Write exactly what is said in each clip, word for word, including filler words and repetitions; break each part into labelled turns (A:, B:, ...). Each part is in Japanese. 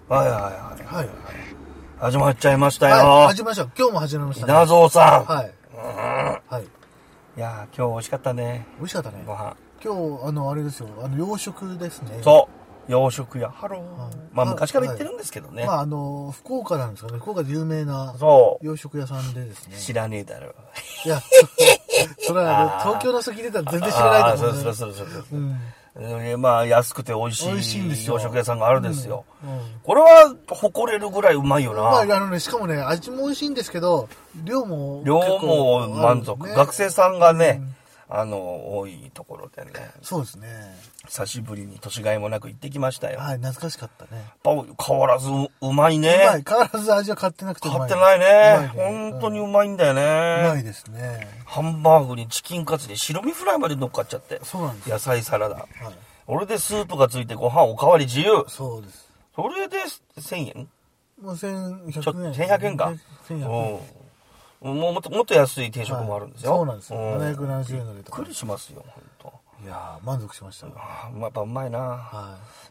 A: はいはいはい
B: はい。
A: 始まっちゃいましたよ。
B: はい、始まりました。今日も始まりました、ね。
A: 稲造さん。
B: はい。
A: うん。
B: はい。
A: いやー、今日美味しかったね。
B: 美味しかったね。
A: ご飯。
B: 今日、あの、あれですよ。あの、洋食ですね。
A: そう。洋食屋。ハロー。
B: はい、
A: まあ、昔から行ってるんですけどね。
B: はい、まあ、あの、福岡なんですかね。福岡で有名な。
A: そう。
B: 洋食屋さんでですね。
A: 知らねえだろ。
B: いや、それは、東京の人聞いてたら全然知らないと思う、ね。
A: そうそうそうそうそう。
B: うん
A: えー、まあ安くて美味しい
B: 美味しいんですよ
A: 洋食屋さんがあるんですよ、
B: うんうん、
A: これは誇れるぐらいうまいよな。
B: まあ、あのね、しかもね味も美味しいんですけど量も
A: 量も満足、ね、学生さんがね、うん、あの多いところでね。
B: そうですね。
A: 久しぶりに年がいもなく行ってきましたよ。
B: はい、懐かしかったね。
A: 変わらずうまいね。
B: うまい。変わらず味は買ってなくてうまい。
A: 買ってないね。
B: うまい
A: ね本当にうまいんだよね。
B: うまいですね。
A: ハンバーグにチキンカツに白身フライまで乗っかっちゃって。
B: そうなんです。
A: 野菜サラダ。はい。俺でスープがついてご飯おかわり自由。 そうです。それでせんえん？
B: もうせんひゃくえん。
A: せんひゃくえんか。
B: せんひゃくえん。
A: うん。もうもっと、もっと安い定食もあるんですよ。
B: はい、そうなんですよ。ななひゃくななじゅうえんのでとか。
A: びっくりしますよ、本当。
B: いやー、満足しました。
A: やっぱうまいな。
B: はい。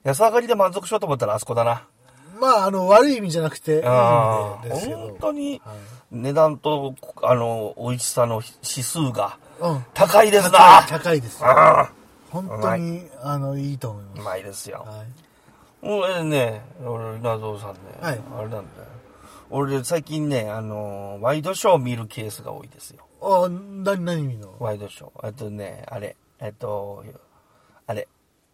A: 安上がりで満足しようと思ったらあそこだな。
B: まあ、あの、悪い意味じゃなくて、いい意味でですけど。
A: 本当に、値段と、あの、美味しさの指数が、高いです
B: な。高いです。本当に、あの、いいと思います。
A: うまいですよ。はい。俺ね、俺、稲造さんね、はい、あれなんだよ。俺、最近ね、あの、ワイドショー見るケースが多いですよ。
B: あ、な、何見るの？
A: ワイドショー。えっとね、あれ、えっと、あれ、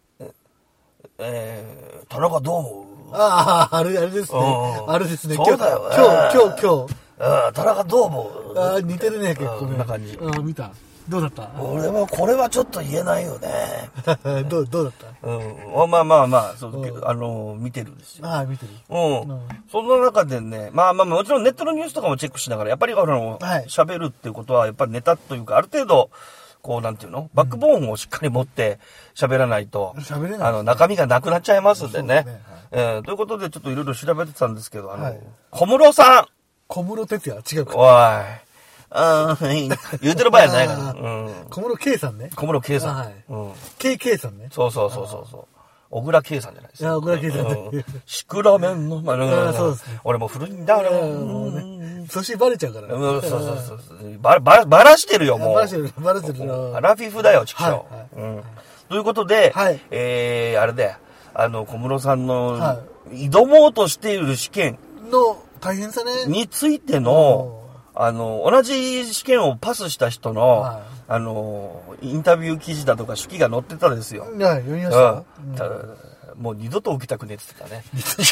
A: えー、田中どう思う？
B: ああ、あれ、あれですね。あれですね。
A: そうだよね。
B: 今日、今日、今日。
A: ああ、田中どう思う？
B: ああ、似てるね、結構ね。
A: こんな感じ。
B: ああ、見た。どうだった？
A: 俺はこれはちょっと言えないよね。
B: どう、どうだった？
A: うん。まあまあまあ、そう、あの、見てるんですよ。
B: ああ、見てる。
A: うん。そんな中でね、まあまあもちろんネットのニュースとかもチェックしながら、やっぱりあの、喋るっていうことは、やっぱりネタというか、ある程度、こう、なんていうの？バックボーンをしっかり持って喋らないと、
B: 喋れない。
A: あの、中身がなくなっちゃいますんでね。えということで、ちょっといろいろ調べてたんですけど、あの、小室さん。
B: 小室哲也違うか。
A: おい。ああ、言うてる場合じゃないから。うん。
B: 小室圭さんね。
A: 小室圭さん。
B: はい。うん。K K さんね。
A: そうそうそうそうそう。小倉圭さんじゃないですか。
B: いや、小倉圭さんね。
A: シクラメンの、ま
B: あ、そうですね。
A: 俺も古いんだよ。
B: そしてバレちゃうから。
A: そうそうそう。ば、ば、ばらしてるよ、もう。
B: ばらしてる、ばらしてる。
A: アラフィフだよ、ちくしょう。うん。ということで、えー、あれだよ。あの、小室さんの、挑もうとしている試験
B: の大変さね。
A: についての、あの、同じ試験をパスした人の、はい、あの、インタビュー記事だとか手記が載ってたですよ。
B: いや、読みました。うん、
A: もう二度と受けたくねえって言ってたね。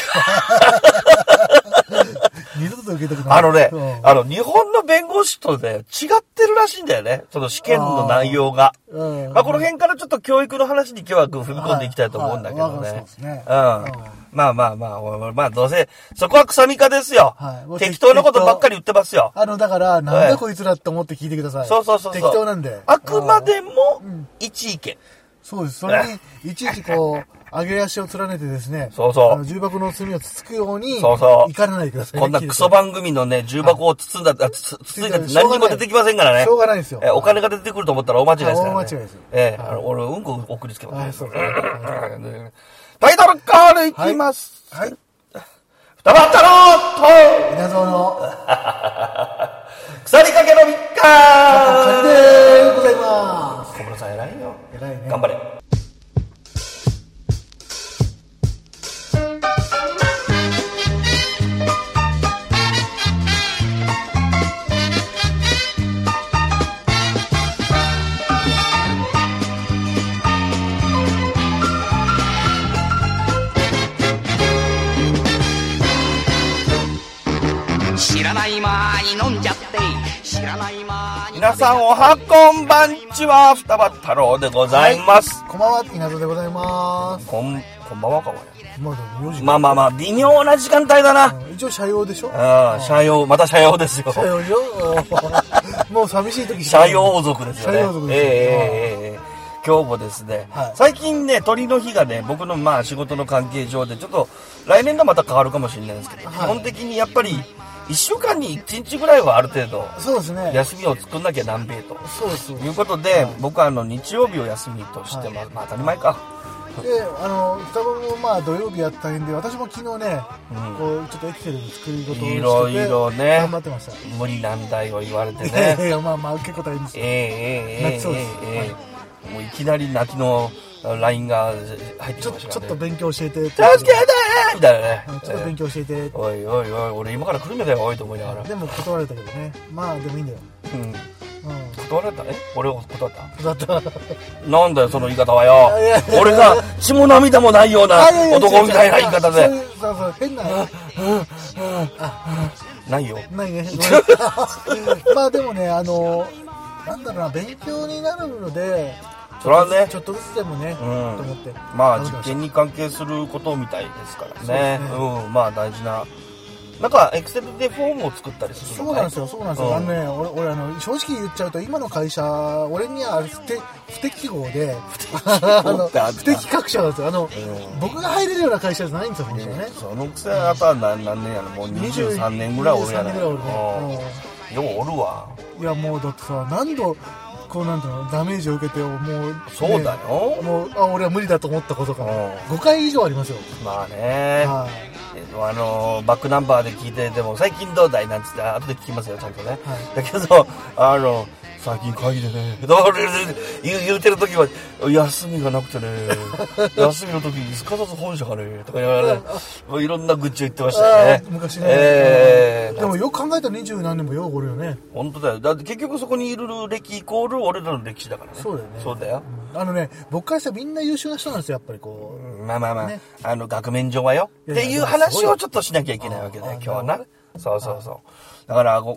B: 二度と受けたくない。
A: あのね、うん、あの、日本の弁護士とね、違ってるらしいんだよね。その試験の内容が。うん、まあ、この辺からちょっと教育の話に今日は踏み込んでいきたいと思うんだけどね。はいはい、そうですね。うん。うんまあまあまあ、まあどうせ、そこは草みかですよ。はい、適当なことばっかり言ってますよ。
B: あの、だから、なんだこいつらって思って聞いてください。
A: そうそうそうそう。
B: 適当なんで。
A: あくまでも、一意見。
B: そうです。それに、いちいちこう、上げ足を連ねてですね。
A: そうそう。あの
B: 重箱の隅をつつくように、
A: そうそう。
B: いかないでください。
A: こんなクソ番組のね、重箱を包んだ、つついだって何にも出てきませんからね。
B: しょうがないですよ。
A: お金が出てくると思ったら大間違いですからね。
B: 大間違いですよ。
A: ええ、俺、うんこ送りつけます。そうですね。タイトルコールいきます。はい。二番太郎と、
B: 稲造の、
A: 腐りかけのみっか
B: カニでございます。
A: 小室さん偉いよ。
B: 偉いね。
A: 頑張れ。
C: 知らない間に飲んじゃって知らない間に
A: 皆さんおはこんばんちは双葉太郎でございます、
B: はい、こんばんは稲造でございます
A: こんこんばんはかもね
B: まあ、
A: まあまあまあ微妙な時間帯だな、
B: うん、一応社用でしょ
A: ああ社用また社用ですよ
B: 社用でしょもう寂しい時
A: 社用族ですよね
B: 社用族ですよ、
A: えー、えー、えー今日もですね、はい、最近ね鳥の日がね僕のまあ仕事の関係上でちょっと来年がまた変わるかもしれないんですけど、はい、基本的にやっぱりいっしゅうかんにいちにちぐらいはある程度
B: そうですね
A: 休みを作んなきゃなんべえと
B: そうです
A: いうことで、はい、僕はあの日曜日を休みとして、はい、まあ、まあ当たり前か
B: で、あの、双子もまあ土曜日やったんで、私も昨日ね、うん、こう、ちょっとエクセルの作り事をしてて、いろいろね、頑張ってました。
A: 無理難題を言われてね。
B: いや、まあまあ、結構大変ですよ。ええ
A: ええ
B: 泣きそうです。
A: えーはい、もういきなり泣きの ライン が入ってきましたからね。
B: ちょっと勉強教えて。
A: 助けてみたいなね。
B: ちょっと勉強教えて。
A: おいおいおい、俺今から来る目だよ、おいと思いながら。
B: でも断られたけどね。まあ、でもいいんだよ。うん。
A: うん、断られたね。俺を断った
B: 断った。
A: なんだよその言い方はよ。いやいやいや俺が血も涙もないような男みたいな言い方で。
B: そうそうそう変な。
A: ないよ。
B: ないね。まあでもねあのなんだろうな勉強になるので。
A: それはね
B: ちょっとずつでもね、うん、と思って
A: まあ実験に関係することみたいですからね。うねうんまあ大事な。なんかエクセルでフォームを作ったりするの
B: そうなんですよそうなんですよ、うん、あのね俺俺あの正直言っちゃうと今の会社俺には不適不適合であの不適格者なんですよあの、うん、僕が入れるような会社じゃないんですよ本当はね。
A: そのくせあとは何, 何年やろもうにじゅうさんねんぐらいおるやない。ようおるわ。
B: いやもうだってさ何度こうなんていうのダメージを受けてもう、ね、
A: そうだよ
B: もうあ俺は無理だと思ったことがごかい以上ありますよ。
A: まあねはいあのバックナンバーで聞いてでも最近どうだいなんつって後で聞きますよちゃんとね、はい、だけどあの最近会議でね言う、言うてる時は休みがなくてね休みの時にすかさず本社がねとか言われていろんな愚痴を言ってましたよね
B: 昔ね、えー、でもよく考えたら二十何年もようおるよね。
A: 本当だよ。だって結局そこにいる歴イコール俺らの歴史だからね。
B: そうだよね。
A: そうだよ、
B: うん、あのね僕からしたらみんな優秀な人なんですよやっぱりこう、
A: うん、まあまあまあ、ね、あの額面上はよっていう話をちょっとしなきゃいけないわけだよ今日はな。そうそうそう。だから、うん、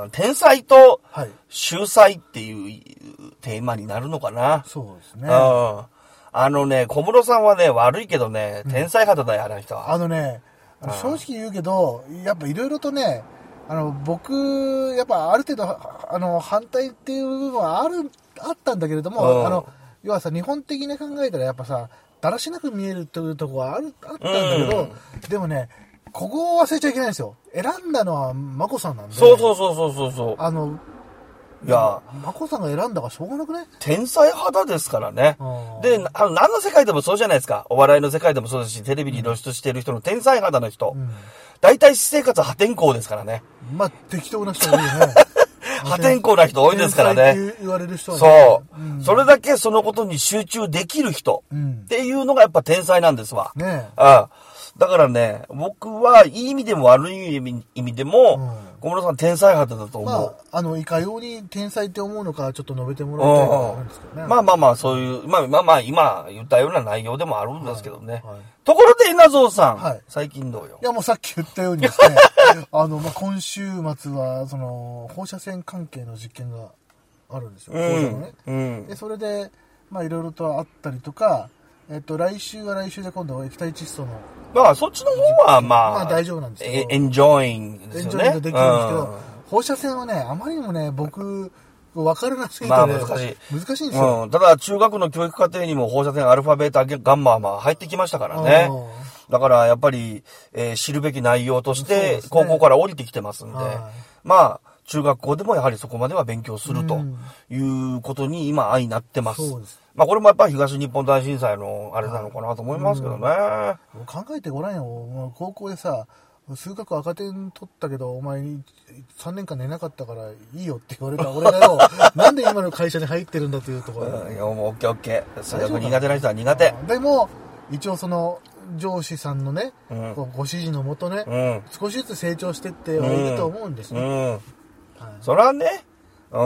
A: 天才と秀才っていうテーマになるのかな。
B: そうですね。
A: うん。あのね、小室さんはね、悪いけどね、天才肌だよ、あの人は。
B: あのね、あの正直言うけど、やっぱいろいろとね、あの、僕、やっぱある程度、あの、反対っていう部分はある、あったんだけれども、うん、あの、要はさ、日本的に考えたらやっぱさ、だらしなく見えるというところはある、あったんだけど、うん、でもね、ここを忘れちゃいけないんですよ。選んだのは眞子さんなんで。
A: そうそうそうそうそう。
B: あの、
A: いや、
B: 眞子さんが選んだからしょうがなくね。
A: 天才肌ですからね。で、あの、何の世界でもそうじゃないですか。お笑いの世界でもそうですし、テレビに露出している人の天才肌の人。うん、大体私生活は破天荒ですからね。
B: まあ、適当な人多いよね。
A: 破天荒な人多いですからね。
B: って言われる人はね。
A: そう、うん。それだけそのことに集中できる人っていうのがやっぱ天才なんですわ。
B: ねえ。
A: ああだからね、僕はいい意味でも悪い意味でも、うん、小室さん天才肌だと思う。
B: まあ、あの、いかように天才って思うのかちょっと述べてもらいたいと思うんですけどね。
A: まあまあまあ、そういう、まあまあまあ、今言ったような内容でもあるんですけどね。はいはい、ところで、稲造さん、はい、最近どうよ。
B: いや、もうさっき言ったようにですね、あの、まあ、今週末は、その、放射線関係の実験があるんですよ。放射のね。うん、で、それで、まあ、いろいろとあったりとか、えっと、来週は来週で今度は液体窒素の。
A: まあ、そっちの方はまあ、
B: まあ大丈夫なんですけど。
A: エンジョイングですよね。エンジョイング
B: できるんですけど、うん、放射線はね、あまりにもね、僕、分からなすぎて、ね、
A: まあ難しい。
B: 難しいんですよ。
A: うん。ただ、中学の教育課程にも放射線アルファベータガンマはまあ入ってきましたからね。だから、やっぱり、えー、知るべき内容として、高校から降りてきてますんで、でまあ、中学校でもやはりそこまでは勉強するということに今相なってます。そうです。まあこれもやっぱり東日本大震災のあれなのかなと思いますけどね。
B: うん、考えてごらんよ。高校でさ、数学赤点取ったけどお前にさんねんかん寝なかったからいいよって言われた俺がよ、なんで今の会社に入ってるんだというところ。
A: うん、いやもうオッケーオッケー。数学苦手な人は苦手。
B: でも、一応その、上司さんのね、うん、ご指示のもとね、うん、少しずつ成長してってはいると思うんですね。うんうんはい、
A: それはね、うん、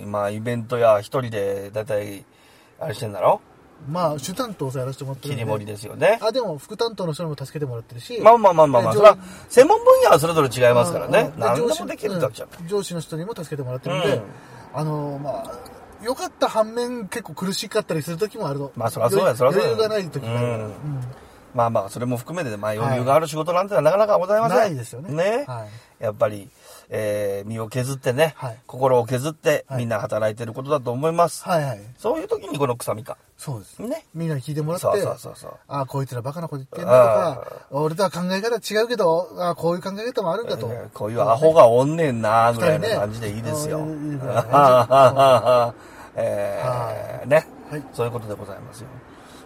A: 今イベントや一人でだいたいあれしてんだろ。
B: まあ主担当さやらせてもらってるんで。
A: 切り盛りですよね。
B: あでも副担当の人にも助けてもらってるし。
A: まあまあまあまあまあ、それは専門分野はそれぞれ違いますからね。何でもできるだけじゃん。
B: 上司の人にも助けてもらってるんで、うん、あのまあ良かった反面結構苦しかったりする時もあるの。
A: まあそりゃそうやそりゃそうや。
B: 余裕がない時がある。うんうん
A: まあまあ、それも含めて、まあ余裕がある仕事なんてのはなかなかございません。
B: ないですよね。
A: ね。はい、やっぱり、えー、身を削ってね、はい、心を削って、みんな働いてることだと思います。はいはい。そういう時にこの臭みか。
B: そうです。ね。みんなに聞いてもらって、
A: そうそうそうそう。
B: ああ、こいつらバカなこと言ってんだとか、俺とは考え方違うけど、ああ、こういう考え方もあるんだと。えー、
A: こういうアホがおんねんな、ぐらいの感じでいいですよ。えー、ね。はい。そういうことでございますよ。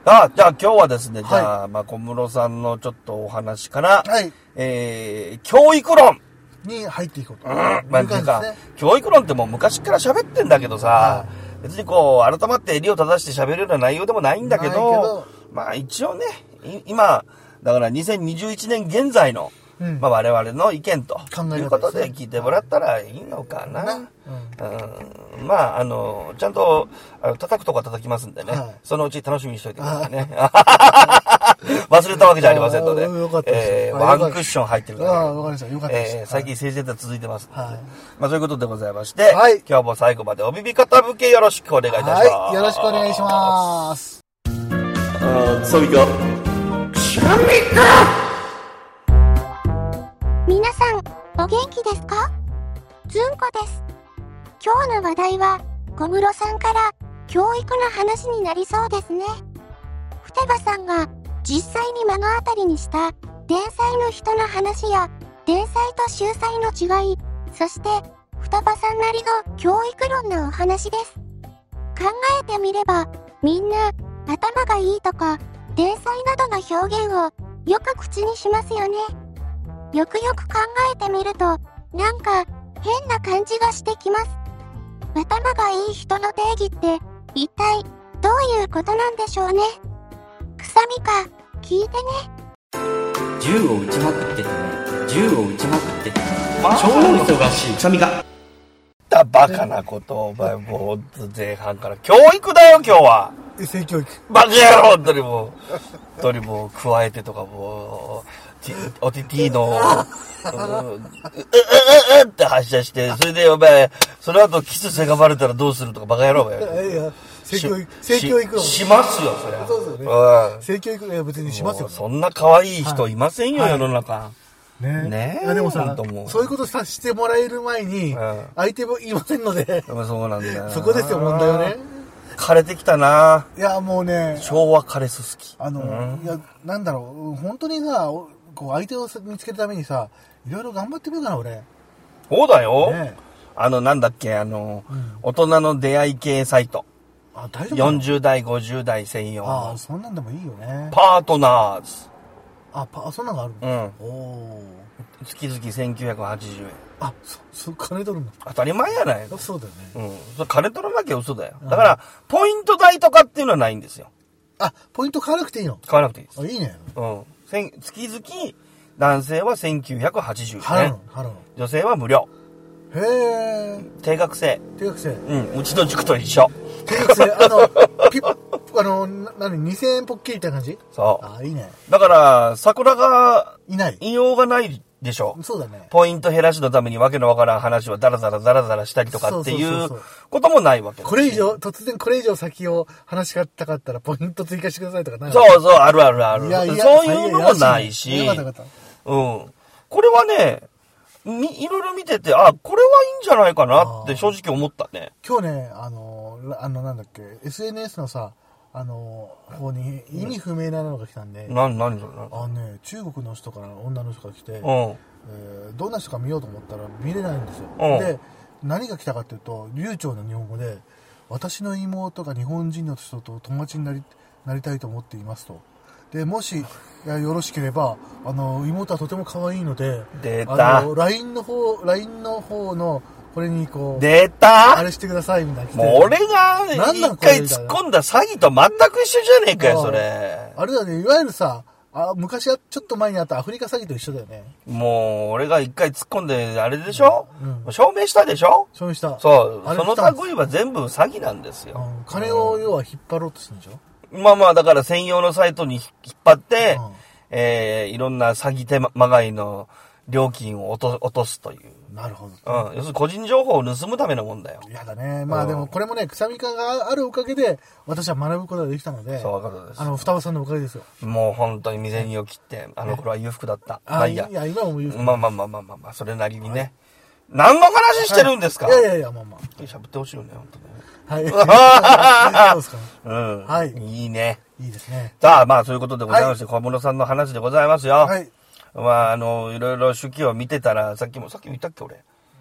A: あ、じゃあ今日はですね、じゃあ、
B: はい、
A: まあ小室さんのちょっとお話から、
B: はい、
A: えー、教育論
B: に入っていこうと。
A: うん。まあ、てか、教育論ってもう昔から喋ってんだけどさ、はい、別にこう、改まって襟を正して喋れるような内容でもないんだけど、けどまあ一応ね、今、だからにせんにじゅういちねん現在の、うん、まあ我々の意見ということで聞いてもらったらいいのかな。うんうん、まあ、あの、ちゃんと、あの叩くとこは叩きますんでね、はい、そのうち楽しみにしておいてくださいね。忘れたわけじゃありませんので、えー、ワンクッション入ってるから、ね、
B: あわかりました。よかったです。
A: えー、最近成績が続いてます、ね。はい。まあそういうことでございまして、
B: はい、
A: 今日も最後までお耳傾けよろしくお願いいたします。
B: はい、よろしくお願いします。
A: あ、サミカ。シャミカ
D: 皆さん、お元気ですか？ずんこです。今日の話題は、小室さんから教育の話になりそうですね。双葉さんが実際に目の当たりにした天才の人の話や天才と秀才の違い、そして双葉さんなりの教育論のお話です。考えてみれば、みんな頭がいいとか天才などの表現をよく口にしますよね。よくよく考えてみると、なんか変な感じがしてきます。頭がいい人の定義って一体どういうことなんでしょうね。くさみか、聞いてね。
E: 銃を撃ちまくっててね、銃を撃ちまくっててね、超忙しい。くさみか。
A: だバカなことをお前もう前半から教育だよ今日は。
B: 性教育。
A: バカ野郎本当にもう、本当にもう加えてとかもう。おティティの、う、う、う、う、うって発射して、それでお前、その後キスせがまれたらどうするとかバカ野郎や。
B: いや、性教育、性教育
A: し、しますよ、そりゃ。
B: そうですよね。性教育、いや別にしますよ。
A: そんな可愛い人いませんよ、世の中。
B: ね
A: ね
B: え。でもさ、そういうことさせてもらえる前に、相手もいませんので、
A: そうなんだよ。
B: そこですよ、問題はね。
A: 枯れてきたな。
B: いや、もうね。
A: 昭和枯れす好き。
B: あの、いや、なんだろう、本当にさ、こう相手を見つけるためにさ、いろいろ頑張ってみようかな、俺。
A: そうだよ。ね、あの、なんだっけ、あの、うん、大人の出会い系サイト。
B: あ、大丈夫？
A: よんじゅう代、ごじゅう代専用。
B: ああ、そんなんでもいいよね。
A: パートナーズ。
B: あ、パ、そんなのがある
A: の？うん。おー。月々せんきゅうひゃくはちじゅうえん。
B: あ、そ、そ、金取るの？
A: 当たり前やない。
B: そうだよ
A: ね。うん。それ金取らなきゃ嘘だよ。だから、ポイント代とかっていうのはないんですよ。
B: あ、ポイント買わなくていいの？
A: 買わなくていいです。
B: あ、いいね。
A: うん。月々、男性はせんきゅうひゃくはちじゅうえん。
B: 払うの？払うの？
A: 女性は無料。
B: へー。
A: 定額制。
B: 定額制。
A: うん。うちの塾と一緒。
B: 定額制。あの、ピッ、あの、なに、にせんえんポッキリみたいな感じ？
A: そう。
B: あ、いいね。
A: だから、桜が、
B: いない。
A: いようがないでしょ。
B: そうだね。
A: ポイント減らしのためにわけのわからん話はダラダラダラダラしたりとかっていうこともないわけ。
B: これ以上、突然これ以上先を話したかったらポイント追加してくださいとかない？
A: そうそう、あるあるある。いやいや、そういうのもないし。よかったよかった。うん。これはね、み、いろいろ見てて、あ、これはいいんじゃないかなって正直思ったね。
B: 今日ね、あの、あの、なんだっけ、エスエヌエス のさ、あの、方に意味不明なのが来たんで。
A: な、なにそれ？
B: あのね、中国の人から女の人が来て、うん、えー、どんな人か見ようと思ったら見れないんですよ。うん、で、何が来たかっていうと、流暢な日本語で、私の妹が日本人の人と友達になり、なりたいと思っていますと。で、もし、よろしければ、あの、妹はとても可愛いので、
A: 出た。
B: あの、ライン の方、ライン の方の、これにこう、
A: 出た
B: あれしてくださいみたいな。
A: もう俺が、一回突っ込んだ詐欺と全く一緒じゃねえかよ、それ。
B: あれだね、いわゆるさ、あ、昔はちょっと前にあったアフリカ詐欺と一緒だよね。
A: もう、俺が一回突っ込んで、あれでしょ、うん、証明したでしょ
B: 証明した。
A: そう。その類は全部詐欺なんですよ。
B: うん、金を要は引っ張ろうとするんでしょ、
A: まあまあ、だから専用のサイトに引っ張って、うん、えー、いろんな詐欺手まがいの料金を落と、落とすという。
B: なるほど。
A: うん。要するに個人情報を盗むためのもんだよ。
B: やだね。まあでもこれもね、くさみかがあるおかげで、私は学ぶことができたので。
A: そういうことです。
B: あの、双葉さんのおかげですよ。
A: もう本当に未然を切って、あの頃は裕福だった。まあいいや。
B: いや、今も裕福。
A: まあまあまあまあまあまあ、それなりにね。何の話してるんですか？
B: いやいやいや、まあまあ。
A: 喋ってほしいよね、本当ね。
B: はい。そうですか。
A: うん。
B: はい。
A: いいね。
B: いいですね。
A: さあ、まあそういうことでございまして、小室さんの話でございますよ。
B: はい。
A: まあ、あの、いろいろ手記を見てたら、さっきも、さっきも言ったっけ、俺。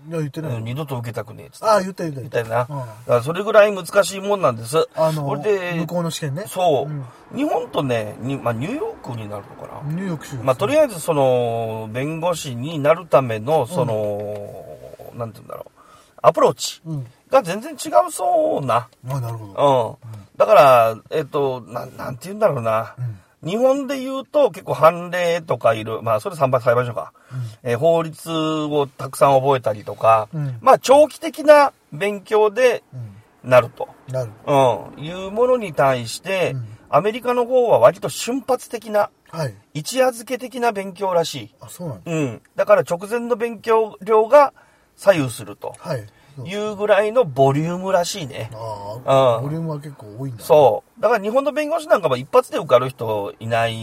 B: いや、言ってない。
A: 二度と受けたくねえっつって。
B: ああ、言った言った言った。
A: みたいな。だからそれぐらい難しいもんなんです。
B: あの、これで向こうの試験ね。
A: そう。うん、日本とね、にまあ、ニューヨークになるのかな。
B: ニューヨーク州、ね。
A: まあ、とりあえず、その、弁護士になるための、その、うん、なんて言うんだろう。アプローチが全然違うそうな。
B: あ、なるほど。
A: うん。だから、えっと、なん、なんて言うんだろうな。うん日本で言うと結構判例とかいる、まあそれ裁判所か、うんえー、法律をたくさん覚えたりとか、うん、まあ長期的な勉強でなると、
B: うん、なる
A: うん、いうものに対して、うん、アメリカの方は割と瞬発的な、はい、一夜漬け的な勉強らしい。
B: あ、そうなんだ。
A: うん。だから直前の勉強量が左右すると。はいいうぐらいのボリュームらしいね。
B: ああ、ボリュームは結構多いんだ、ね。
A: そう。だから日本の弁護士なんかも一発で受かる人いない、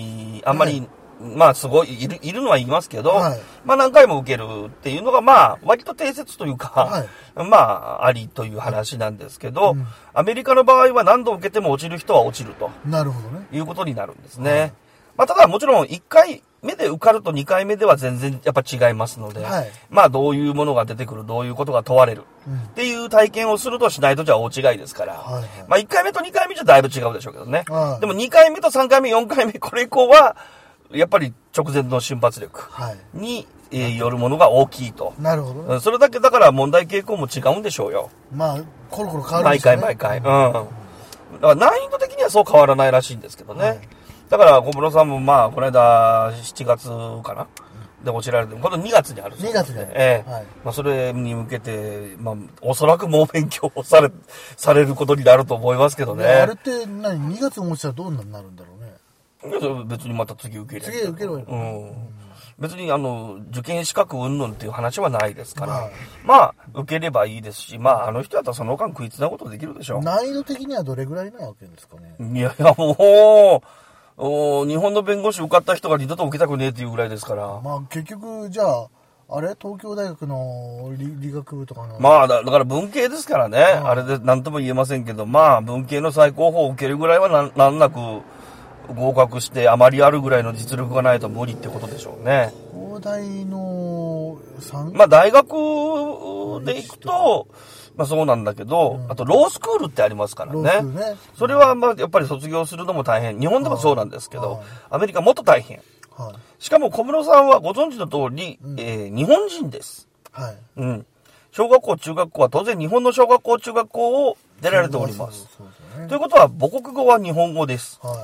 A: あんまり、はい、まあすごいいる、いるのは言いますけど、はい、まあ何回も受けるっていうのがまあ割と定説というか、はい、まあありという話なんですけど、うん、アメリカの場合は何度受けても落ちる人は落ちると。
B: なるほどね。
A: いうことになるんですね。まあただもちろんいっかいめで受かるとにかいめでは全然やっぱ違いますので、はい、まあどういうものが出てくる、どういうことが問われる、うん、っていう体験をするとしないとじゃ大違いですから、はいはい、まあいっかいめとにかいめじゃだいぶ違うでしょうけどね。はい、でもにかいめとさんかいめ、よんかいめ、これ以降は、やっぱり直前の瞬発力に、はいえー、よるものが大きいと。
B: なるほど、ね。
A: それだけだから問題傾向も違うんでしょうよ。
B: まあ、コロコロ変わるんですよね。
A: 毎回毎回。うん。だから難易度的にはそう変わらないらしいんですけどね。はいだから、小室さんもまあ、この間、しちがつかなで落ちられて、今度にがつにあるそうです、ね。
B: にがつにある。
A: ええ。はい、まあ、それに向けて、まあ、おそらく猛勉強をされ、されることになると思いますけどね。
B: あれって何、にがつも落ちたらどうなるんだろうね。
A: いや、別にまた次受け
B: る。次受けるわよ。
A: うん。別に、あの、受験資格云々っていう話はないですから、まあ、まあ、受ければいいですし、まあ、あの人だったらその間食いつなぐことできるでしょう。
B: 難易度的にはどれぐらいなわけですかね。
A: いやいや、もう、お日本の弁護士受かった人が二度と受けたくねえっていうぐらいですから。
B: まあ結局、じゃあ、あれ東京大学の 理, 理学部とかの。
A: まあだ、だから文系ですからね。あれで何とも言えませんけど、まあ文系の最高峰を受けるぐらいはなんなんなく合格してあまりあるぐらいの実力がないと無理ってことでしょうね。
B: 東大のさん
A: まあ大学で行くと、まあそうなんだけど、うん、あとロースクールってありますからね。ねそれはまあやっぱり卒業するのも大変。日本でもそうなんですけど、はい、アメリカもっと大変。はい、しかも小室さんはご存知の通り、うんえー、日本人です。はいうん。小学校、中学校は当然日本の小学校、中学校を出られております。そうそうそうね、ということは母国語は日本語です。はい、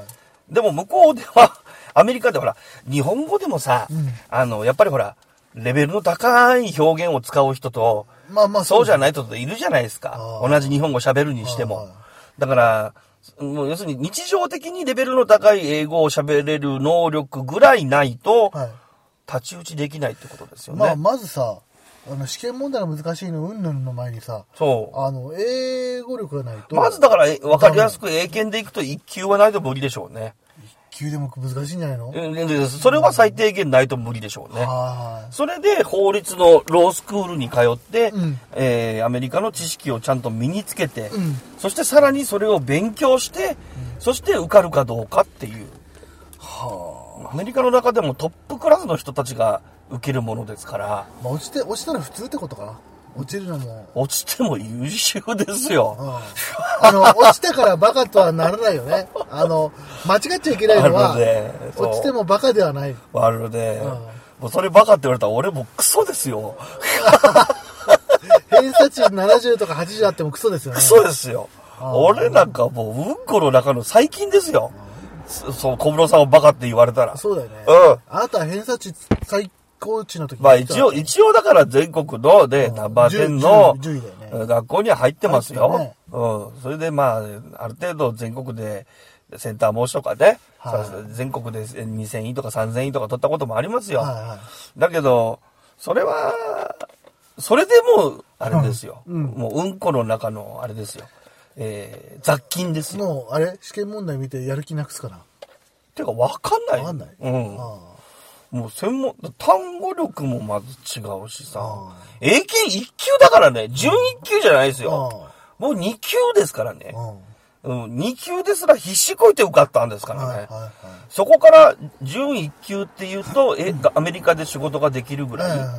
A: でも向こうでは、アメリカでほら、日本語でもさ、うん、あの、やっぱりほら、レベルの高い表現を使う人と、まあまあそうじゃない人といるじゃないですか。同じ日本語喋るにしても。だから、もう要するに日常的にレベルの高い英語を喋れる能力ぐらいないと、太刀打ちできないってことですよね。
B: まあまずさ、あの試験問題の難しいのうんぬんの前にさ、そう。あの、英語力がないと。
A: まずだから、わかりやすく英検でいくといっ級はないと無理でしょうね。
B: 級でも難しいんじゃないの？
A: それは最低限ないと無理でしょうね。それで法律のロースクールに通って、うん、えー、アメリカの知識をちゃんと身につけて、うん、そしてさらにそれを勉強して、うん、そして受かるかどうかっていう。はあ、アメリカの中でもトップクラスの人たちが受けるものですから。
B: まあ、落ちて、落ちたら普通ってことかな。落ちるのも。
A: 落ちても優秀ですよ。
B: うん、あの、落ちてからバカとはならないよね。あの、間違っちゃいけないのは、落ちてもバカではない。
A: あるで、うん、もうそれバカって言われたら俺もクソですよ。
B: 偏差値ななじゅうとかはちじゅうあってもクソですよね。
A: クソですよ。俺なんかもううんこの中の細菌ですよ。そう、小室さんをバカって言われたら。
B: そうだよね。うん。あなたは偏差値最高値の時
A: まあ一応、一応だから全国ので、ナンバーテンの学校には入ってますよ。ね、うん。それでまあ、ある程度全国でセンター模試とかね、はい、全国でにせんいとかさんぜんいとか取ったこともありますよ。はいはい、だけど、それは、それでもう、あれですよ。うん、もううんこの中のあれですよ。えー、雑菌ですよ。
B: もう、あれ試験問題見てやる気なくすかな。
A: てか、わかんない。
B: わかんない。
A: うん。あもう専門、単語力もまず違うしさ。英検いっ級だからね、準いっ級じゃないですよ。もうに級ですからね。うん、に級ですら必死こいて受かったんですからね。はいはいはい、そこから準いっ級っていうと、え、アメリカで仕事ができるぐらい。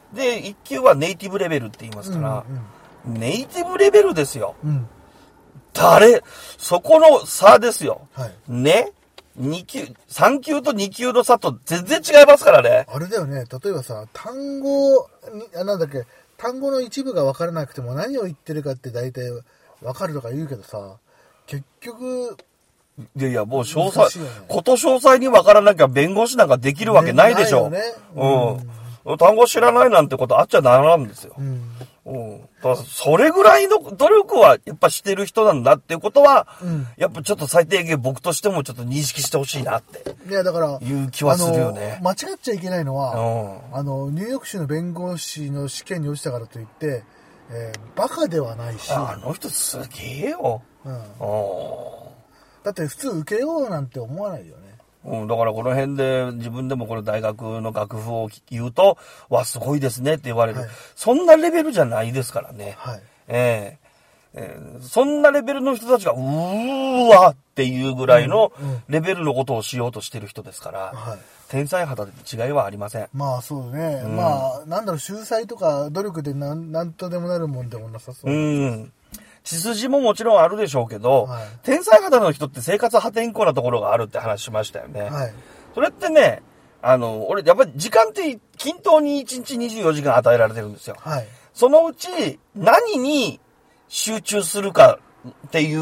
A: で、いっ級はネイティブレベルって言いますから、うんうん、ネイティブレベルですよ。うん、誰、そこの差ですよ。はい、ね。に級、さん級とに級の差と全然違いますからね。
B: あれだよね。例えばさ、単語に、なんだっけ、単語の一部が分からなくても何を言ってるかって大体分かるとか言うけどさ、結局、
A: いやいや、もう詳細、ね、こと詳細に分からなきゃ弁護士なんかできるわけないでしょ。ね、うん、うん。単語知らないなんてことあっちゃならんですよ。うんうん、だからそれぐらいの努力はやっぱしてる人なんだっていうことは、うん、やっぱちょっと最低限僕としてもちょっと認識してほしいなっていやだからいう気はするよね。
B: 間違っちゃいけないのは、うん、あのニューヨーク州の弁護士の試験に落ちたからといって、えー、バカではないし、
A: あの人すげえよ、うん、
B: だって普通受けようなんて思わないよね。
A: うん、だからこの辺で自分でもこの大学の楽譜を言うと、わ、すごいですねって言われる。はい、そんなレベルじゃないですからね。はい、えーえー、そんなレベルの人たちが、うーわっていうぐらいのレベルのことをしようとしてる人ですから、うんうんはい、天才肌で違いはありません。
B: まあそうね。うん、まあ、なんだろう、秀才とか努力でなん、なんとでもなるもんでもなさそう。うん
A: 血筋ももちろんあるでしょうけど、はい、天才肌の人って生活破天荒なところがあるって話しましたよね。はい、それってね、あの、俺、やっぱり時間って均等にいちにちにじゅうよじかん与えられてるんですよ。はい、そのうち何に集中するかっていう、うん、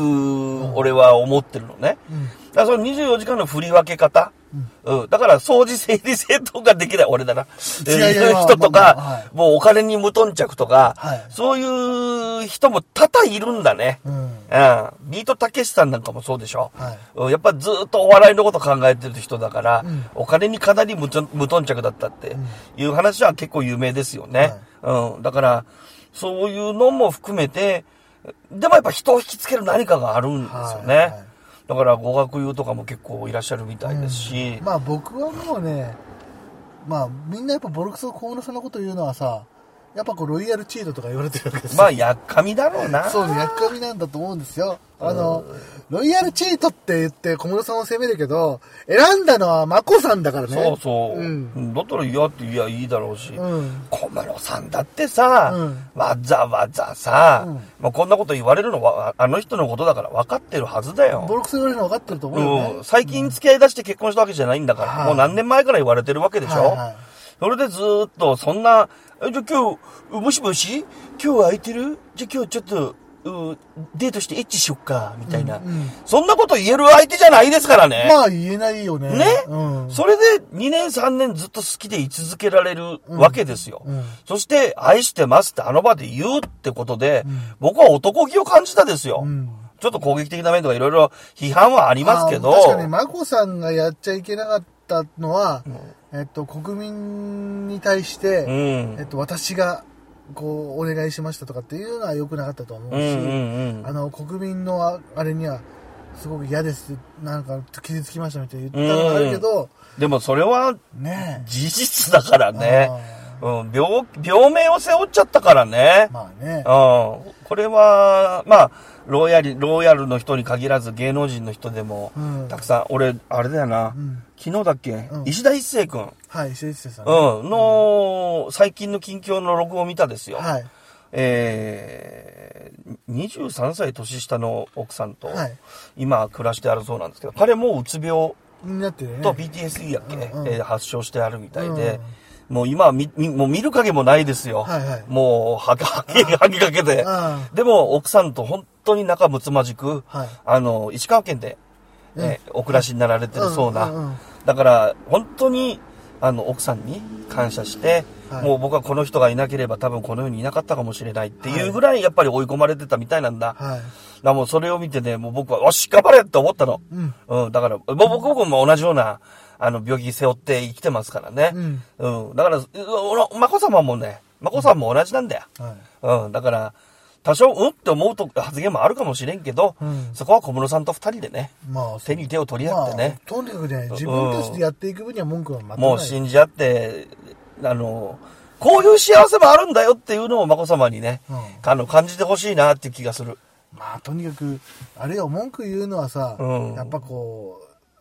A: 俺は思ってるのね。うん、だからそのにじゅうよじかんの振り分け方。うんうん、だから掃除整理整頓ができない俺だな。いう人とか、まあまあはい、もうお金に無頓着とか、はい、そういう人も多々いるんだね。うんうん、ビートたけしさんなんかもそうでしょ。はい、やっぱずっとお笑いのこと考えてる人だから、うん、お金にかなり無頓着だったっていう話は結構有名ですよね。はいうん、だからそういうのも含めて、でもやっぱ人を引きつける何かがあるんですよね。はいはいだから語学友とかも結構いらっしゃるみたいですし、
B: うん、まあ僕はもうねまあみんなやっぱボルクス小室さんのこと言うのはさやっぱこうロイヤルチートとか言われてるわけですよ。
A: まあやっかみだろうな。
B: そうねやっかみなんだと思うんですよ。あのロイヤルチートって言って小室さんを責めるけど選んだのは眞子さんだからね。
A: そうそう、うん、だったら嫌って言えばいいだろうし、うん、小室さんだってさ、うん、わざわざさ、うんまあ、こんなこと言われるのはあの人のことだから分かってるはずだよ。
B: ボルクス言われるの分かってると思うよね、
A: うん、最近付き合い出して結婚したわけじゃないんだから、うん、もう何年前から言われてるわけでしょ、はいはい、それでずーっとそんなえじゃあ今日もしもし今日は空いてるじゃあ今日ちょっとデートしてエッチしよっかみたいな、うんうん、そんなこと言える相手じゃないですからね。
B: まあ言えないよね。
A: ね、うん、それでにねんさんねんずっと好きで居続けられるわけですよ、うんうん、そして愛してますってあの場で言うってことで、うん、僕は男気を感じたですよ、うん、ちょっと攻撃的な面とかいろいろ批判はありますけど
B: 確かに眞子さんがやっちゃいけなかったのは、うん、えっと国民に対して、うんえっと、私がこうお願いしましたとかっていうのは良くなかったと思うし、うんうんうん、あの国民の あ, あれにはすごく嫌ですなんか傷つきましたみたいな言ったのがあるけど、うん、
A: でもそれは事実だからね、うん、病, 病名を背負っちゃったからね、まあねうん、これはまあローヤルローヤルの人に限らず芸能人の人でも、うん、たくさん俺あれだよな、うん、昨日だっけ、うん、石田一生君
B: はい石田一生さん、ね、
A: うんの、うん、最近の近況のログを見たですよ、はいえー、にじゅうさんさい年下の奥さんと、はい、今暮らしてあるそうなんですけど彼もうつ病と ピーティーエスディー やっけ、うんうんえー、発症してあるみたいで、うん、もう今はみもう見る影もないですよ、はいはい、もうはげはげかけてでも奥さんと本当に仲睦まじく、はい、あの石川県で、ねうん、お暮らしになられてるそうな、うんうんうん、だから本当にあの奥さんに感謝して、はい、もう僕はこの人がいなければ多分この世にいなかったかもしれないっていうぐらいやっぱり追い込まれてたみたいなんだ、はい、だからもうそれを見てねもう僕はおし頑張れって思ったの、うんうん、だから僕僕も同じようなあの病気背負って生きてますからね、うんうん、だから眞子さまもね眞子さんも同じなんだよ、はいうん、だから多少うんって思うと発言もあるかもしれんけど、うん、そこは小室さんと二人でね、まあ、手に手を取り合ってね、
B: まあ、とにかくね自分たちでやっていく分には文句は全くない、
A: もう信じ合ってあのこういう幸せもあるんだよっていうのを眞子さまにね、うん、あの感じてほしいなっていう気がする。
B: まあとにかくあれよ文句言うのはさ、うん、やっぱこう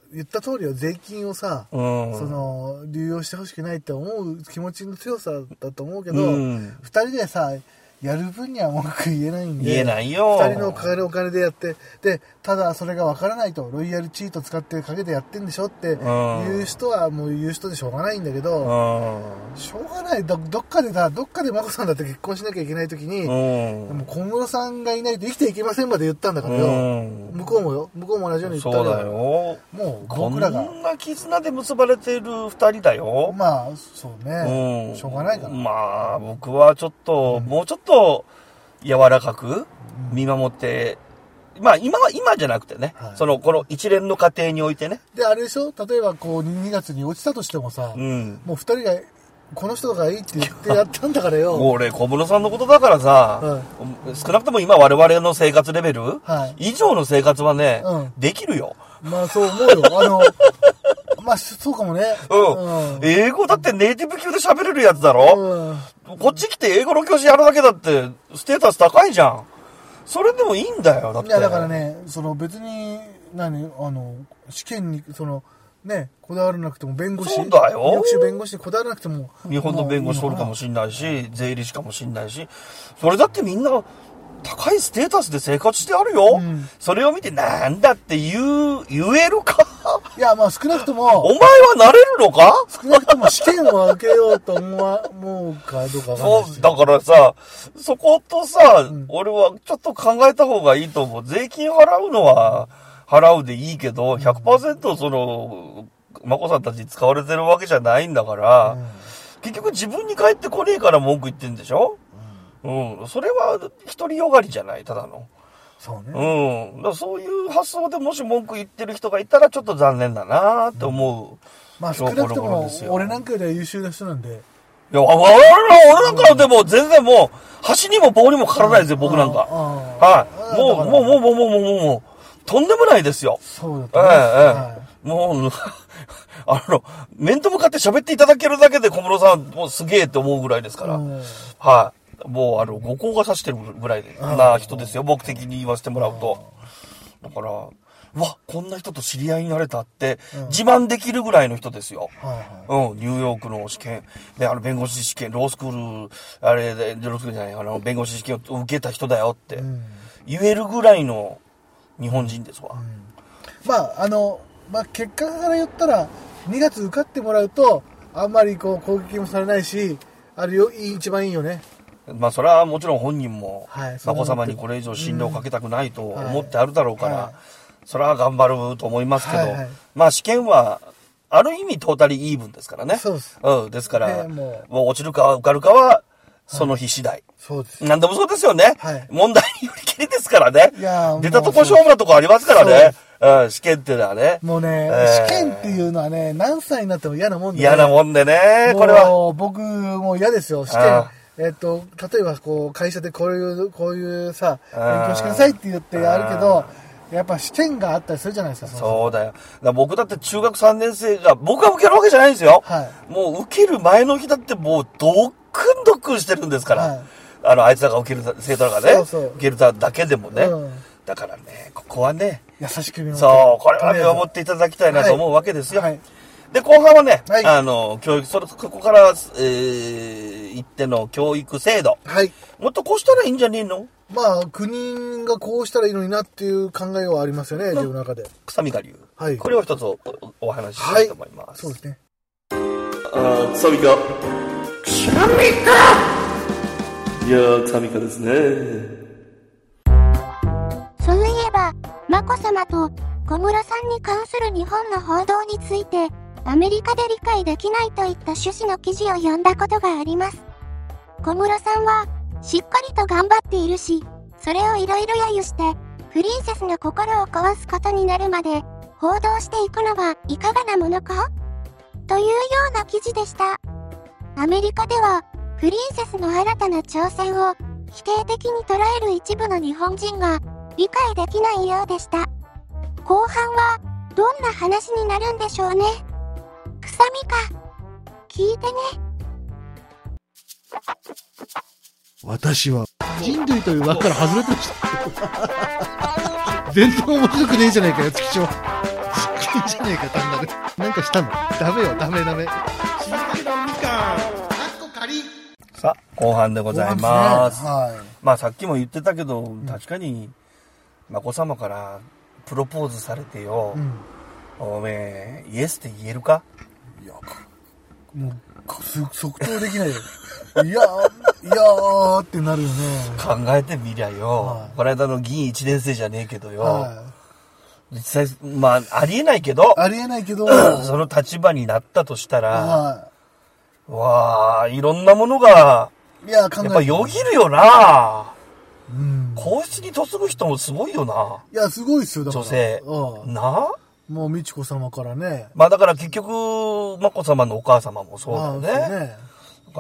B: 言った通りよ、税金をさ、うん、その流用してほしくないって思う気持ちの強さだと思うけど、うん、ふたりでさやる分には文句言えないんで、
A: 言えないよ。
B: ふたりのかかるお金でやって、でただそれが分からないと、ロイヤルチート使ってかけてやってんでしょっていう人はもう言う人でしょうがないんだけど、うん、しょうがない。 ど, どっかでだどっかで眞子さんだって結婚しなきゃいけない時に、うん、でも小室さんがいないと生きていけませんまで言ったんだからよ、うん、向こうもよ向こうも同じように言ったら、
A: そうだよ。
B: もう僕らが
A: こんな絆で結ばれているふたりだよ。
B: まあそうね、うん、しょうがないから。
A: まあ僕はちょっと、うん、もうちょっと柔らかく見守って、うん、まあ今は今じゃなくてね、はい、そのこの一連の過程においてね。
B: であれでしょ、例えばこうにがつに落ちたとしてもさ、うん、もうふたりがこの人がいいって言ってやったんだからよ。
A: もう俺小室さんのことだからさ、はい、少なくとも今我々の生活レベル、はい、以上の生活はね、うん、できるよ。
B: まあそう思うよ。あのまあそうかもね、
A: うん、うん。英語だってネイティブ級で喋れるやつだろ、うん、こっち来て英語の教師やるだけだってステータス高いじゃん。それでもいいんだよ。だって。
B: いやだからね、その別に何あの試験にそのねこだわらなくても弁護士、
A: そうだよ。
B: 翌週弁護士にこだわらなくても
A: 日本の弁護士取るかもしんないし、税理士かもしんないし、それだってみんな高いステータスで生活してあるよ、うん、それを見てなんだって言う言えるか。
B: いやまあ少なくとも
A: お前はなれるのか。
B: 少なくとも試験を受けようと思うかどうかわかんない。
A: そうだからさ、そことさ、うん、俺はちょっと考えた方がいいと思う。税金払うのは払うでいいけど ひゃくパーセント その眞子さんたちに使われてるわけじゃないんだから、うん、結局自分に返ってこねえから文句言ってんでしょ。うん、それは独りよがりじゃない、ただの。
B: そうね。
A: うん。だからそういう発想でもし文句言ってる人がいたらちょっと残念だなって思う、うん。
B: まあ少なくとも俺なんかよりは優秀な人なんで。
A: いや、俺なんかでも全然もう箸にも棒にもかからないですよ、僕なんか。はい。もう、もう、もう、もう、もう、もう、もう、もう、とんでもないですよ。
B: そうだったね。ええ、
A: ええ。もう、あの、面と向かって喋っていただけるだけで小室さんもうすげえって思うぐらいですから。はい。もうあの、五光が差してるぐらいな人ですよ、僕的に言わせてもらうと。だから、うわ、こんな人と知り合いになれたって、自慢できるぐらいの人ですよ。うん、うん、ニューヨークの試験、で、あの、弁護士試験、ロースクール、あれで、ロースクールじゃない、あの、弁護士試験を受けた人だよって、言えるぐらいの日本人ですわ。うん、
B: まあ、あの、まあ、結果から言ったら、にがつ受かってもらうと、あんまりこう、攻撃もされないし、あれよ、一番いいよね。
A: まあそれはもちろん本人も眞子さまにこれ以上信頼をかけたくないと思ってあるだろうから、それは頑張ると思いますけど、まあ試験はある意味トータリーイーブンですからね。
B: そうです。
A: うん、ですからもう落ちるか受かるかはその日次第。
B: そうです。
A: なんでもそうですよね。問題によりきりですからね。出たとこ勝負なとこありますからね。うん、試験っていうのはね。
B: もうね、試験っていうのはね、何歳になっても嫌なもんでね。
A: 嫌なもんでね、これは。
B: 僕も嫌ですよ、試験。えっと、例えばこう会社でこういうこういうさ勉強してくださいって言ってやるけど、やっぱ試験があったりするじゃないですか。
A: そうだよ。だから僕だって中学さんねん生が僕が受けるわけじゃないんですよ。はい、もう受ける前の日だってもうドックンドックンしてるんですから。はい、あのあいつらが受ける生徒らがね、そうそう受けるだけでもね。うん、だからね、ここはね、
B: 優しく見守って、
A: そうこれは見守っていただきたいなと思うわけですよ。はいはい、で、後半はね、はい、あの、教育、それ、ここから、えー、行っての教育制度。はい。もっとこうしたらいいんじゃねえの？
B: まあ、国がこうしたらいいのになっていう考えはありますよね、自分の中で。
A: 草見が流。はい。これを一つ お, お話ししたいと思います。
B: はい、そうですね。
A: あ、草見か。草見かいやー、草見かですね。
D: そういえば、眞子さまと、小室さんに関する日本の報道について、アメリカで理解できないといった趣旨の記事を読んだことがあります。小室さんは、しっかりと頑張っているし、それをいろいろ揶揄して、プリンセスの心を壊すことになるまで、報道していくのはいかがなものか？というような記事でした。アメリカでは、プリンセスの新たな挑戦を、否定的に捉える一部の日本人が、理解できないようでした。後半はどんな話になるんでしょうね。くさみか聞いてね。
B: 私は人類という枠から外れてました。全然面白くねえじゃないかよ、チキショー。 いいじゃねえか、単なる。なんかしたの？ダメよ、ダメダメ。
A: さあ、後半でございます。
B: すね、はい。
A: まあさっきも言ってたけど、うん、確かに、眞子さまからプロポーズされてよ、うん、おめえ、イエスって言えるか？
B: いや、もう、即答できないよ。いやー、いやーってなるよね。
A: 考えてみりゃよ、はい、この間の議員いちねん生じゃねえけどよ、はい、実際、まあ、ありえないけど、
B: ありえないけど、
A: その立場になったとしたら、はい、わあ、いろんなものが、いや、考えやっぱよぎるよな。うん。皇室に嫁ぐ人もすごいよな。
B: いや、すごいっすよ、だから。
A: 女性。うん、な
B: もう美智子様からね。
A: まあだから結局、眞子さまのお母様もそうだよね。そうね。だから、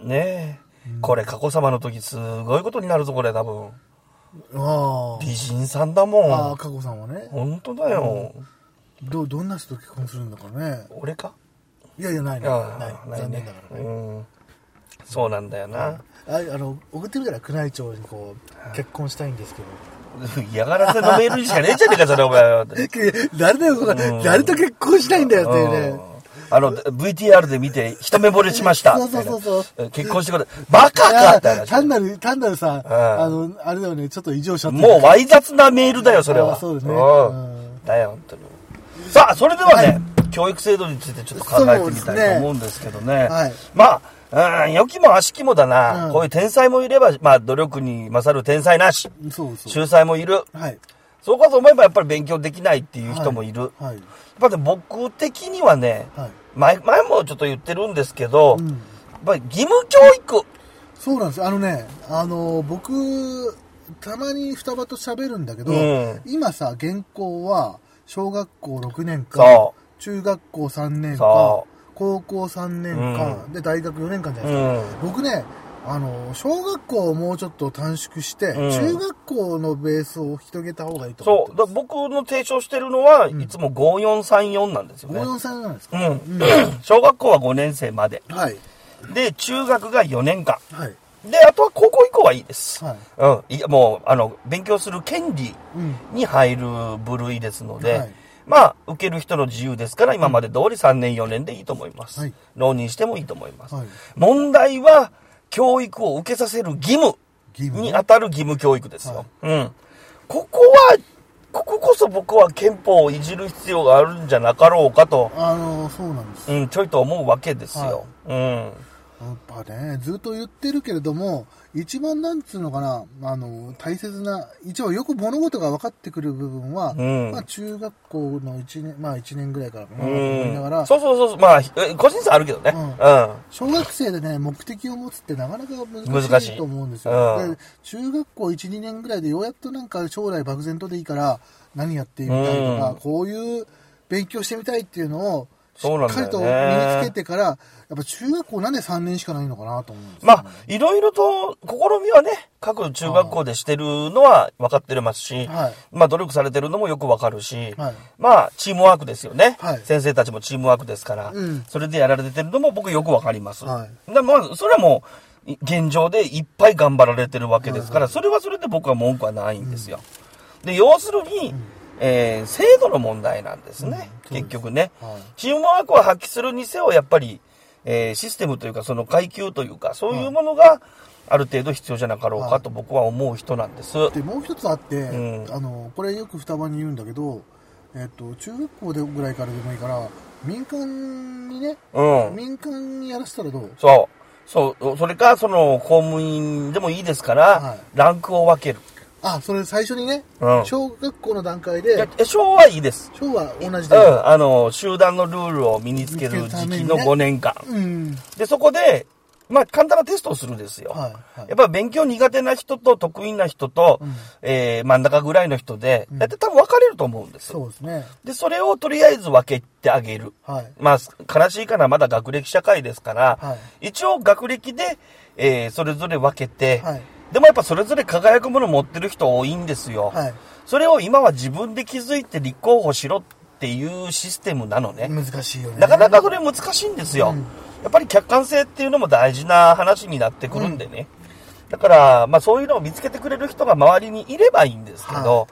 A: ねえ、うん、これ佳子様の時すごいことになるぞ、これ多分。ああ。美人さんだもん。
B: ああ、佳子さんはね。
A: 本当だよ。
B: うん、ど、どんな人と結婚するんだかね。
A: 俺か？
B: いやいや、ないない。ない。残念だからね。うん。
A: そうなんだよな。
B: あ, あの、送ってるから宮内庁にこう、結婚したいんですけど。
A: 嫌がらせのメールにしかねえじゃねえか、それお前は。
B: 誰だよ、そこ、うん、誰と結婚したいんだよっていうね。
A: あの、ブイティーアール で見て、一目惚れしました。
B: そうそうそうそう。
A: 結婚してくれ。バカかって話。
B: 単なる、単なるさ、あの、あれだよね、ちょっと異常者って
A: もうわい雑なメールだよ、それは。
B: そうですね。
A: だよ、本当に。さあ、それではね、はい、教育制度についてちょっと考えてみたいと思うんですけどね。はい、まあ、うん、良きも悪しきもだな、うん。こういう天才もいれば、まあ、努力に勝る天才なし。そうそう。秀才もいる。はい。そうかと思えば、やっぱり勉強できないっていう人もいる。はい。はい、やっぱり僕的にはね、はい、前、前もちょっと言ってるんですけど、うん、やっぱり義務教育。
B: そうなんですよ。あのね、あの、僕、たまに双葉と喋るんだけど、うん、今さ、現行は、小学校ろくねんかん、中学校さんねんかん、高校さんねんかん、うん、で大学よねんかんじゃないですか、うん、僕ねあの小学校をもうちょっと短縮して、うん、中学校のベースを広げた方がいいと思ってます。
A: そうだ僕の提唱してるのは、うん、いつもごよんさんよんなんですよね。
B: ごよんさんよんなんですか、
A: うんうん、小学校はごねん生まで、はい、で中学がよねんかん、はい、であとは高校以降はいいです、はいうん、いやもうあの勉強する権利に入る部類ですので、うんはいまあ、受ける人の自由ですから、今まで通りさんねんよねんでいいと思います。はい、浪人してもいいと思います。はい、問題は、教育を受けさせる義務に当たる義務教育ですよ。はい、うん。ここは、こここそ僕は憲法をいじる必要があるんじゃなかろうかと。
B: あの、そうなんです。
A: うん、ちょいと思うわけですよ。はい、うん。
B: やっぱね、ずっと言ってるけれども、一番なんつうのかな、あの、大切な、一応よく物事が分かってくる部分は、うん、まあ中学校の一年、まあ一年ぐらいからかな、と思いながら。
A: そうそうそう、まあ、個人差あるけどね、うん。うん。
B: 小学生でね、目的を持つってなかなか難しいと思うんですよ。うん、で中学校いち、にねんぐらいでようやっとなんか将来漠然とでいいから何やってみたいとか、うん、こういう勉強してみたいっていうのを、しっかりと身につけてから、やっぱ中学校なんでさんねんしかないのかなと思うんですよ、ね。
A: まあ、いろいろと試みはね、各中学校でしてるのは分かってますし、はい、まあ努力されてるのもよく分かるし、はい、まあチームワークですよね、はい。先生たちもチームワークですから、うん、それでやられてるのも僕よく分かります。はい、でまあ、それはもう、現状でいっぱい頑張られてるわけですから、はいはい、それはそれで僕は文句はないんですよ。うん、で、要するに、うんえー、制度の問題なんですね、うん、結局ね、はい、チームワークを発揮するにせよやっぱり、えー、システムというかその階級というかそういうものがある程度必要じゃなかろうかと僕は思う人なんです、はい、
B: でもう一つあって、うん、あのこれよく双葉に言うんだけど、えー、と中学校でぐらいからでもいいから民間にね、うん、民間にやらせたらどう？
A: そうそうそれかその公務員でもいいですから、はい、ランクを分ける。
B: あ、それ最初にね、うん、小学校の段階で。い
A: や、小はいいです。
B: 小は同じで。
A: うん、あの、集団のルールを身につける時期のごねんかん。ねうん、で、そこで、まあ、簡単なテストをするんですよ。はいはい、やっぱり勉強苦手な人と得意な人と、うんえー、真ん中ぐらいの人で、だいたい多分分かれると思うんです。
B: そうですね。
A: で、それをとりあえず分けてあげる。はい、まあ、悲しいかな、まだ学歴社会ですから、はい、一応学歴で、えー、それぞれ分けて、はいでもやっぱそれぞれ輝くものを持ってる人多いんですよ、はい。それを今は自分で気づいて立候補しろっていうシステムなのね。
B: 難しいよね。
A: なかなかそれ難しいんですよ。うん、やっぱり客観性っていうのも大事な話になってくるんでね。うん、だから、まあそういうのを見つけてくれる人が周りにいればいいんですけど、はい、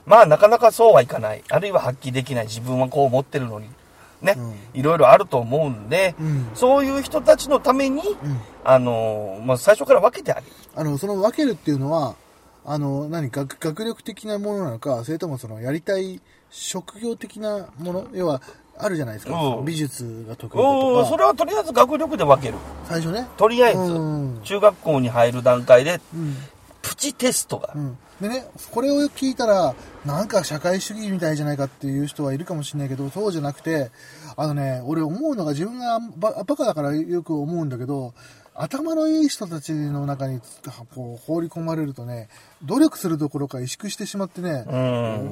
A: まあなかなかそうはいかない。あるいは発揮できない。自分はこう思ってるのに。ね。うん、いろいろあると思うんで、うん、そういう人たちのために、うん、あの、まあ最初から分けてあげる。
B: あの、その分けるっていうのは、あの、何、学、学力的なものなのか、それともその、やりたい職業的なもの、要は、あるじゃないですか。うん、美術が得意だとか。
A: それはとりあえず学力で分ける。
B: 最初ね。
A: とりあえず、中学校に入る段階で、うん、プチテストが、うん。
B: でね、これを聞いたら、なんか社会主義みたいじゃないかっていう人はいるかもしれないけど、そうじゃなくて、あのね、俺思うのが自分がバ, バカだからよく思うんだけど、頭のいい人たちの中にこう放り込まれるとね、努力するどころか萎縮してしまってね、うん、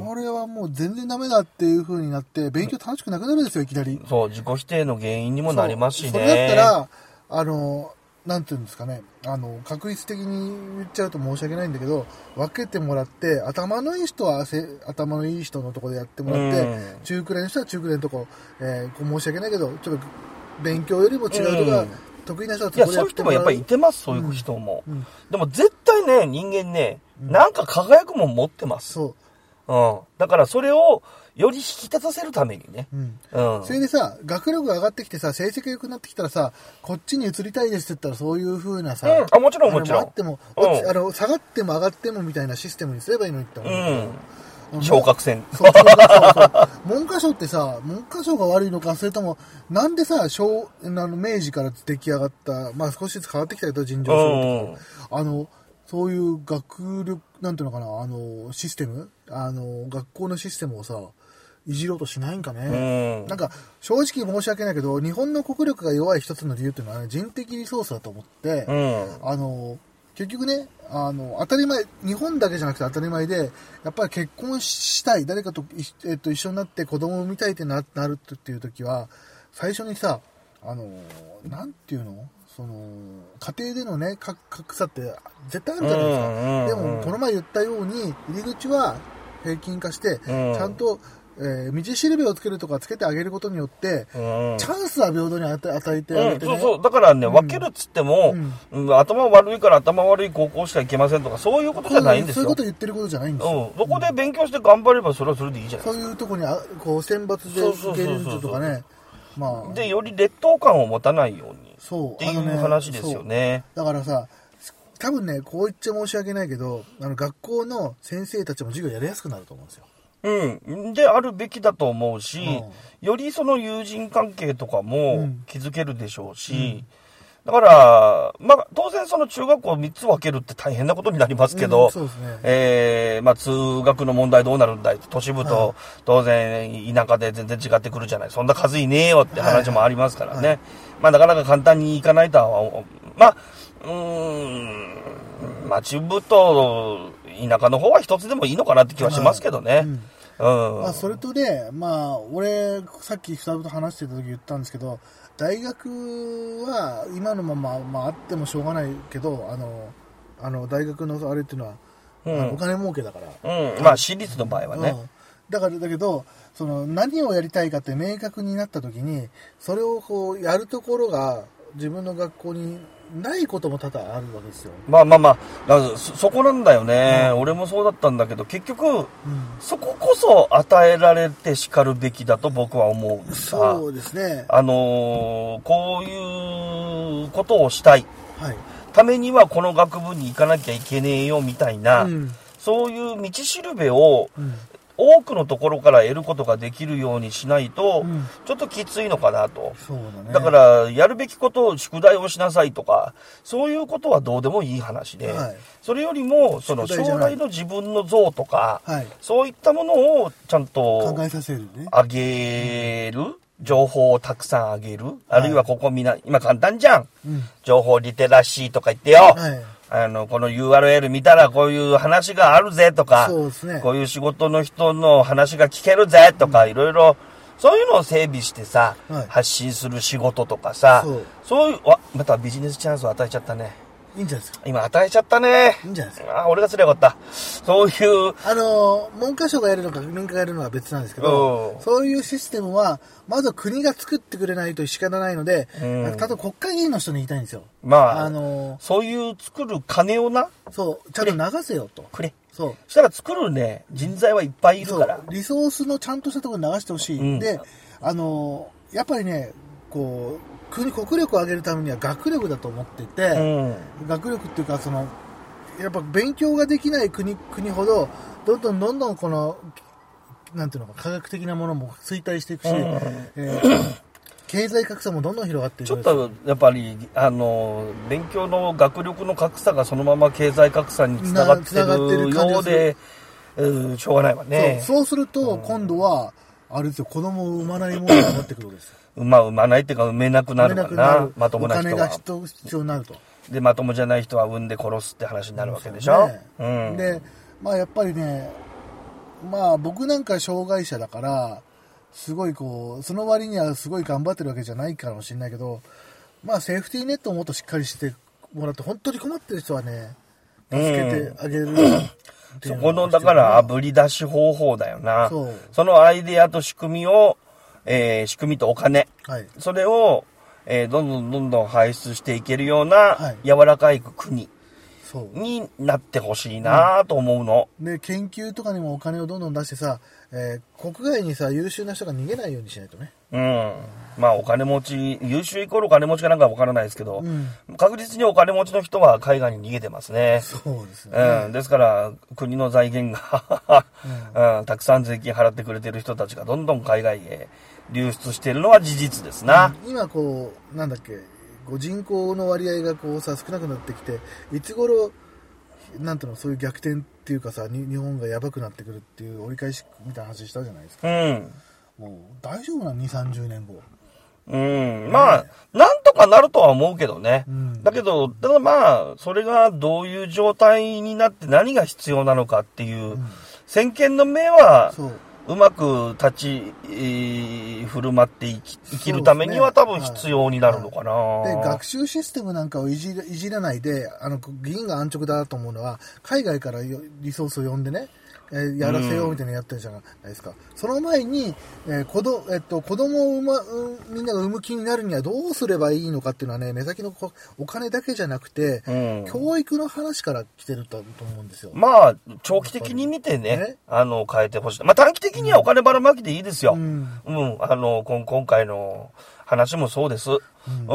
B: 俺はもう全然ダメだっていう風になって、勉強楽しくなくなるんですよ、いきなり。
A: そう、自己否定の原因にもなりますしね。
B: それだったら、あの、なんていうんですかね、あの、確率的に言っちゃうと申し訳ないんだけど、分けてもらって、頭のいい人は頭のいい人のところでやってもらって、うん、中くらいの人は中くらいのところ、えー、申し訳ないけど、ちょっと勉強よりも違うとか、うん、得意な人はそこでやってもらう。いや、そういう人も
A: やっぱりいてます、そういう人も。うんうん、でも絶対ね、人間ね、うん、なんか輝くもん持ってます。
B: そう。
A: うん。だからそれを、より引き立たせるためにね。
B: うん。うん。それでさ、学力が上がってきてさ、成績が良くなってきたらさ、こっちに移りたいですって言ったらそういう風なさ、うん、
A: あ、もちろんもちろん。
B: あっても、うん、あの、下がっても上がってもみたいなシステムにすればいいのにって思う。
A: うん。昇格戦。
B: そうそうそうそう。文科省ってさ、文科省が悪いのか、それとも、なんでさ、小、あの、明治から出来上がった、まあ少しずつ変わってきたけど、尋常書とか、あの、そういう学力、なんていうのかな、あの、システムあの、学校のシステムをさ、いじろうとしないんかね、うん、なんか正直申し訳ないけど日本の国力が弱い一つの理由っていうのは、ね、人的リソースだと思って、うん、あの結局ねあの当たり前日本だけじゃなくて当たり前でやっぱり結婚したい誰かと、えっと、一緒になって子供を産みたいってな、なるっていう時は最初にさあのなんていうのその家庭でのね格差って絶対あるじゃないですか、うんうんうん、でもこの前言ったように入り口は平均化して、うん、ちゃんとえー、道しるべをつけるとかつけてあげることによって、うん、チャンスは平等に与えてあげて、ね
A: うん、そうそう。だからね、うん、分けるっつっても、うんうん、頭悪いから頭悪い高校しか行けませんとか、そういうことじゃないんですよ。
B: そういうこと言ってることじゃないんですよ。
A: うん。どこで勉強して頑張ればそれはそれでいいじゃない
B: ですか。そういうとこにあ、こう、選抜で受けるとかね。
A: まあ。で、より劣等感を持たないように。そう。っていう話ですよね。
B: だからさ、多分ね、こう言っちゃ申し訳ないけど、あの、学校の先生たちも授業やりやすくなると思うんですよ。
A: うん。で、あるべきだと思うし、うん、よりその友人関係とかも築けるでしょうし、うん、だから、まあ、当然その中学校みっつ分けるって大変なことになりますけど、うん、そうですね。えー、まあ、通学の問題どうなるんだい都市部と当然田舎で全然違ってくるじゃない。そんな数いねえよって話もありますからね。はいはい、まあ、なかなか簡単にいかないとは、まあ、うーん、まあ、中部と田舎の方は一つでもいいのかなって気はしますけどね。はいうん
B: うんまあ、それとね、まあ、俺、さっきふたりと話してた時言ったんですけど、大学は今のまま、まあ、あってもしょうがないけど、あの、あの大学のあれっていうのは、うん、お金儲けだから。
A: うん、まあ、私立の場合はね。うん、
B: だから、だけど、その、何をやりたいかって明確になった時に、それをこう、やるところが、自分の学校に、ないことも多々あるわけですよ。
A: まあまあまあ、だから そ, そこなんだよね、うん。俺もそうだったんだけど、結局、うん、そここそ与えられて叱るべきだと僕は思うさ。
B: そうですね。
A: あのー、こういうことをしたい。はい。ためにはこの学部に行かなきゃいけねえよみたいな、うん、そういう道しるべを、うん多くのところから得ることができるようにしないと、うん、ちょっときついのかなと。そうだね。だから、やるべきことを宿題をしなさいとか、そういうことはどうでもいい話で、はい、それよりも、その将来の自分の像とか、はい、そういったものをちゃんと、
B: 考えさせるね。
A: あげる。うん情報をたくさんあげる。あるいはここみんな、今簡単じゃん。うん、情報リテラシーとか言ってよ。はいあの、この ユーアールエル 見たらこういう話があるぜとか、そうですね、こういう仕事の人の話が聞けるぜとか、いろいろ、そういうのを整備してさ、はい、発信する仕事とかさ、そう、そういう、わ、またビジネスチャンスを与えちゃったね。
B: いいんじゃないですか。
A: 今与えちゃったね。
B: いいんじゃないですか。
A: ああ、俺がすればよかった。そういう。
B: あの、文科省がやるのか民間がやるのは別なんですけど、そういうシステムは、まず国が作ってくれないと仕方ないので、うん、例えば国会議員の人に言いたいんですよ。
A: まあ、あの、そういう作る金をな。
B: そう、ちゃんと流せよと。
A: くれ。
B: そう。
A: そしたら作るね、人材はいっぱいいるから。
B: リソースのちゃんとしたところに流してほしい。うん、で、あの、やっぱりね、こう、国、国力を上げるためには学力だと思っていて、うん、学力っていうか、その、やっぱ勉強ができない国、国ほど、どんどんどんどんこの、なんていうのか、科学的なものも衰退していくし、うんえー、経済格差もどんどん広がっていく。
A: ちょっと、やっぱり、あの、勉強の学力の格差がそのまま経済格差につながってるようで、うん、しょうがないわね。
B: そう、そうすると、今度は、あれですよ、子供を産まないものになってくるんですよ。
A: まあ、産まないっていうか、産めなくなるかな。まともな人は。
B: お金が必要になると。
A: で、まともじゃない人は産んで殺すって話になるわけでしょ。ね
B: うん、で、まあ、やっぱりね、まあ、僕なんか障害者だから、すごいこう、その割にはすごい頑張ってるわけじゃないかもしれないけど、まあ、セーフティーネットをもっとしっかりしてもらって、本当に困ってる人はね、助けてあげる。うん
A: そこの、だから、炙り出し方法だよな。そう。そのアイデアと仕組みを、えー、仕組みとお金。はい。それを、えー、どんどんどんどん排出していけるような、はい、柔らかい国になってほしいなと思うの、
B: うん。で、研究とかにもお金をどんどん出してさ、えー、国外にさ、優秀な人が逃げないようにしないとね。
A: うん。まあ、お金持ち、優秀イコールお金持ちかなんかわからないですけど、うん、確実にお金持ちの人は海外に逃げてますね。
B: そうですね。
A: うん。ですから、国の財源が、うんうん、たくさん税金払ってくれてる人たちがどんどん海外へ流出しているのは事実ですな。
B: うん、今こう、なんだっけ、こう人口の割合がこうさ、少なくなってきて、いつ頃、なんていうの、そういう逆転っていうかさ、日本がやばくなってくるっていう折り返しみたいな話したじゃないですか。うん。もう大丈夫な、に、さんじゅうねんご。
A: うん。まあ、なんとかなるとは思うけどね。うん、だけど、ただまあ、それがどういう状態になって何が必要なのかっていう、うん、先見の明は、うまく立ち、えー、振る舞って生き、生きるためには多分必要になるのかな。
B: はいはい、で、学習システムなんかをいじいじらないで、あの、議員が安直だと思うのは、海外からリソースを呼んでね、えー、やらせようみたいなのやってるじゃないですか。うん、その前に、えー、子ど、えっと、子供を産ま、みんなが産む気になるにはどうすればいいのかっていうのはね、目先のお金だけじゃなくて、うん、教育の話から来てると思うんですよ。
A: まあ、長期的に見てね、ねあの、変えてほしい。まあ、短期的にはお金ばらまきでいいですよ。うん。うん、あの、今回の話もそうです。うん、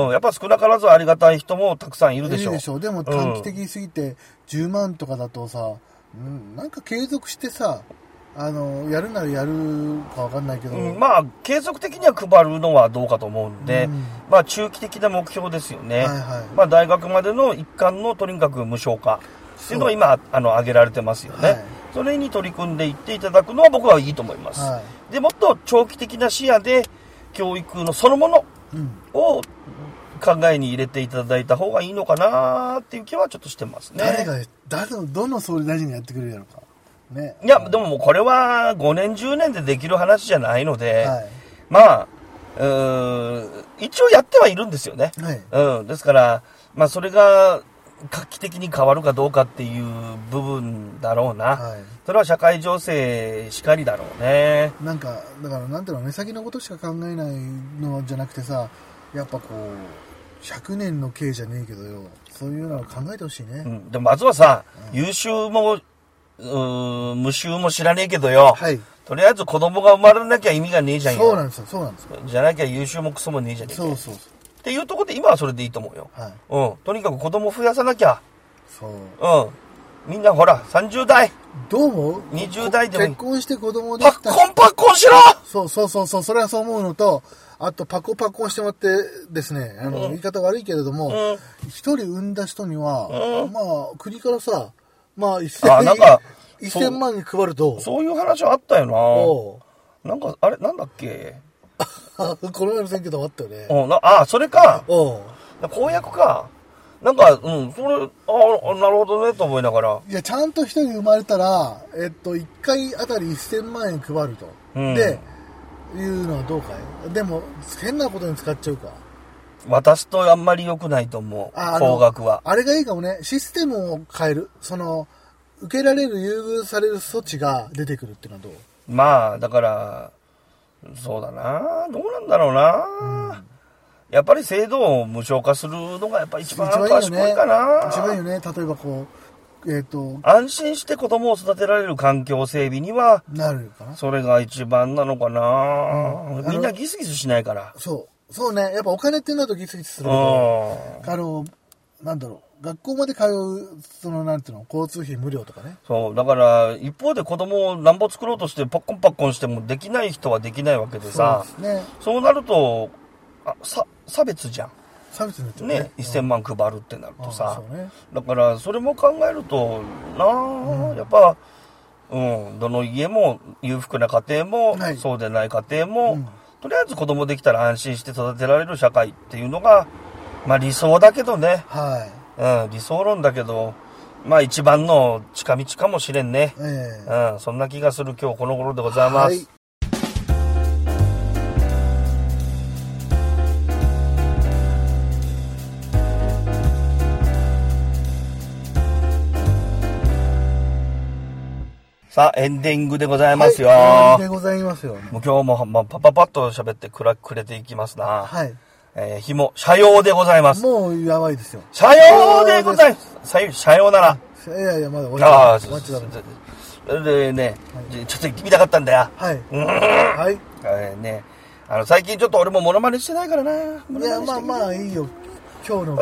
A: うん。やっぱ少なからずありがたい人もたくさんいるでしょう。
B: いるでしょう。でも短期的すぎてじゅうまんとかだとさ、うん、なんか継続してさ、あの、やるならやるかわかんないけど、
A: うん。まあ、継続的には配るのはどうかと思うんで、うん、まあ、中期的な目標ですよね。はいはい、まあ、大学までの一貫のとにかく無償化っていうのが今、あの、挙げられてますよね。はい、それに取り組んでいっていただくのは僕はいいと思います。はい、で、もっと長期的な視野で、教育のそのものを考えに入れていただいた方がいいのかなっていう気はちょっとしてますね。
B: 誰が、誰の、どの総理大臣がやってくれるやろか。ね。
A: いや、でももうこれはごねん、じゅうねんでできる話じゃないので、はい、まあ、うーん、一応やってはいるんですよね。はい、うん。ですから、まあそれが画期的に変わるかどうかっていう部分だろうな。はい、それは社会情勢しかりだろうね。
B: なんか、だからなんていうの、目先のことしか考えないのじゃなくてさ、やっぱこう、ひゃくねんの計じゃねえけどよ、そういうのを考えてほしいね。
A: うん。でもまずはさ、うん、優秀も、うー無臭も知らねえけどよ。はい。とりあえず子供が生まれなきゃ意味がねえじゃんよ。
B: そうなんですよ、そうなんですよ。
A: じゃなきゃ優秀もクソもねえじゃねえか。
B: そうそうそう。
A: っていうところで今はそれでいいと思うよ。はい。うん。とにかく子供増やさなきゃ。そう。うん。みんなほら、さんじゅうだい。
B: どう思う ?
A: にじゅう 代でも。
B: 結婚して子供できた。
A: パッコンパッコンしろ
B: そうそうそうそう、それはそう思うのと、あとパコパコンしてもらってですね、あの、うん、言い方悪いけれども、一、うん、人産んだ人には、うん、まあ、国からさ、まあ、一千、あ、なんか、一千万に配ると。
A: そういう話あったよな。なんか、あれ、なんだっけ
B: この前の選挙でもあったよね。
A: おなあ、それか。公約か。なんか、うん、それ、あなるほどね、と思いながら。
B: いや、ちゃんと一人生まれたら、えっと、一回あたり一千万円配ると。うん、で、いうのはどうかい？でも、変なことに使っちゃうか。
A: 渡すとあんまり良くないと思う。高額は。
B: あれがいいかもね。システムを変える。その、受けられる、優遇される措置が出てくるっていうのはどう？
A: まあ、だから、そうだな。どうなんだろうな。うん、やっぱり制度を無償化するのがやっぱ一番賢いかな。
B: 一番いいよね。例えばこう、えっと、
A: 安心して子供を育てられる環境整備には、
B: なるかな。
A: それが一番なのかな。うん、みんなギスギスしないから。
B: そう。そうね。やっぱお金ってなるとギスギスするけど、あの、なんだろう。学校まで通う、その、なんていうの、交通費無料とかね。
A: そう。だから、一方で子供をなんぼ作ろうとして、パッコンパッコンしてもできない人はできないわけでさ。そうですね。そうなると、あ、さ、差別じゃん。
B: 差別になっちゃうね。
A: ね。せんまん配るってなるとさ。そうね。だから、それも考えると、なあ、うん、やっぱ、うん、どの家も、裕福な家庭も、はい、そうでない家庭も、うん、とりあえず子供できたら安心して育てられる社会っていうのが、まあ理想だけどね。はい。うん、理想論だけど、まあ一番の近道かもしれんね。えー、うん、そんな気がする今日この頃でございます。はい、さあ、エンディングでございますよ。
B: はい、でございますよ、ね。
A: もう今日も、まあ、パパパッと喋ってくらくれていきますな。はい。えー、紐、社用でございます。
B: もうやばいですよ。
A: 社用でございます。社用なら。
B: いやいや、まだ終わりました。
A: それでね、はい、ちょっと行ってみたかったんだよ。はい。うん。はい。えー、ね、あの、最近ちょっと俺もモノマネしてないからな。い
B: や、まあまあいいよ。今日の。
A: は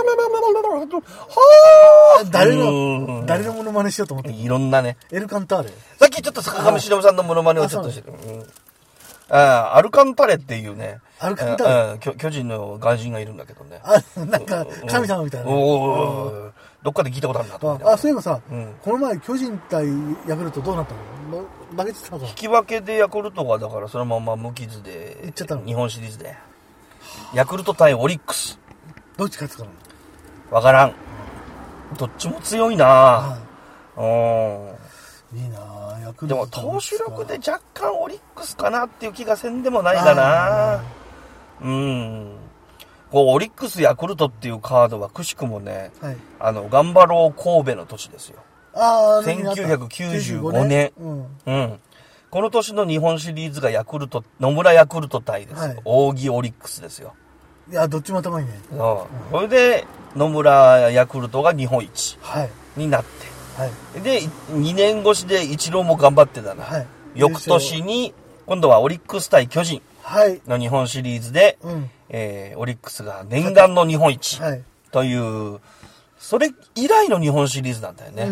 B: ぁ誰の、誰のモノマネしようと思って。
A: いろんなね。
B: エルカンターレ。
A: さっきちょっと坂上忍さんのモノマネをちょっとしてる。ああ、アルカンタレっていうね。
B: アルカンタレ、
A: 巨人の外人がいるんだけどね。
B: あ、なんか、神様みたいな。お
A: ー、どっかで聞いたことあるなと思って。
B: あ、そういえばさ、この前巨人対ヤクルトどうなったの？負けてたのか。
A: 引き分けでヤクルトが、だからそのまま無傷で、いっちゃったの？日本シリーズで。ヤクルト対オリックス。
B: どっち勝つかな？
A: わからん。どっちも強いなぁ。
B: うん。いいなぁ、ヤクルト。
A: でも投手力で若干オリックスかなっていう気がせんでもないかな。うん。こう、オリックスヤクルトっていうカードはくしくもね、はい、あの、頑張ろう神戸の年ですよ。ああ、せんきゅうひゃくきゅうじゅうごねん。うん。うん。この年の日本シリーズがヤクルト、野村ヤクルト対ですよ。はい、扇オリックスですよ。
B: いや、どっちも高いね。
A: そう。それで、野村ヤクルトが日本一になって。はい。で、にねん越しでイチローも頑張ってたな。はい。翌年に、今度はオリックス対巨人の日本シリーズで、はい、えー、オリックスが念願の日本一という、それ以来の日本シリーズなんだよね。うん。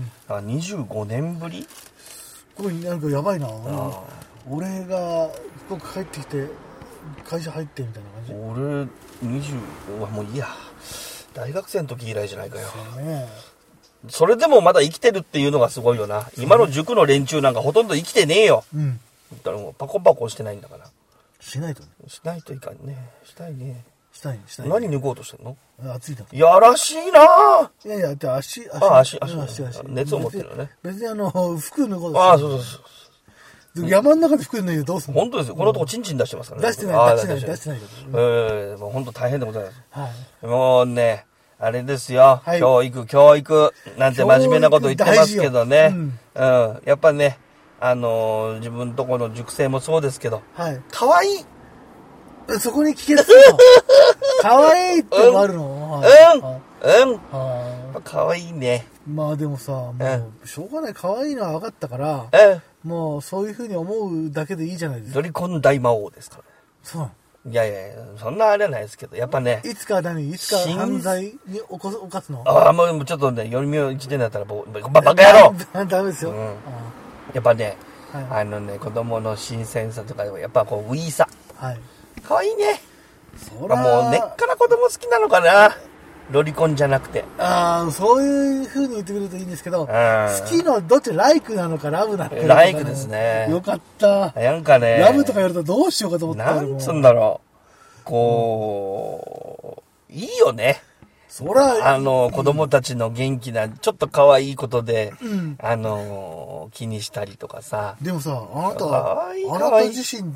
A: にじゅうごねんぶり？
B: これなんかやばいな。俺が福岡帰ってきて、会社入ってみたいな感じ。
A: 俺にじゅうはもういいや、大学生の時以来じゃないかよ。そうね。それでもまだ生きてるっていうのがすごいよな。ね、今の塾の連中なんかほとんど生きてねえよ。うん。だからもうパコパコしてないんだから。
B: しないとね。
A: しないといかんね。したいね。
B: したいしたい。
A: 何抜こうとしてんの？
B: 暑いだ。
A: やらしいな。
B: いやいや、で足足
A: あ足足足足熱を持ってるよね。
B: 別にあの服脱こうとして。
A: ああそうそうそう。
B: 山の中で服脱いでどうすんの？
A: 本当ですよ。このとこチンチン出してますから
B: ね。出してない出してない出してない。
A: ええ、もう本当大変でございます。はい。もうね、あれですよ。教育教育なんて真面目なこと言ってますけどね。うん。やっぱね、あの自分とこの塾生もそうですけど。はい。可愛い。
B: そこに聞けるの。可愛いってのあるの？
A: うん。うん。はい。可愛いね。
B: まあでもさ、もうしょうがない可愛いのは分かったから。うん。もうそういう風に思うだけでいいじゃないですか。
A: ドリコン大魔王ですからね。
B: そうなの。
A: いやいやいや、そんなあれはないですけど、やっぱね。
B: いつか何いつか犯罪に犯す、犯すの？
A: ああ、もうちょっとね、読みを一年だったら、バカ野郎
B: ダメですよ。うん、
A: やっぱね、はい、あのね、子供の新鮮さとかでも、やっぱこう、ウィーさ。はい。かわいいね。そら、まあ、もう根っから子供好きなのかな。ロリコンじゃなくて。
B: ああ、そういう風に言ってくれるといいんですけど、好きのどっちライクなのかラブなのか、ね。
A: ライクですね。
B: よかった。
A: なんかね。
B: ラブとか言われたらどうしようかと思った。
A: なんつうんだろう。こう、うん、いいよね。
B: そら、
A: あの、子供たちの元気な、ちょっと可愛いことで、うん、あの、気にしたりとかさ。
B: でもさ、あなた、あなた自身に、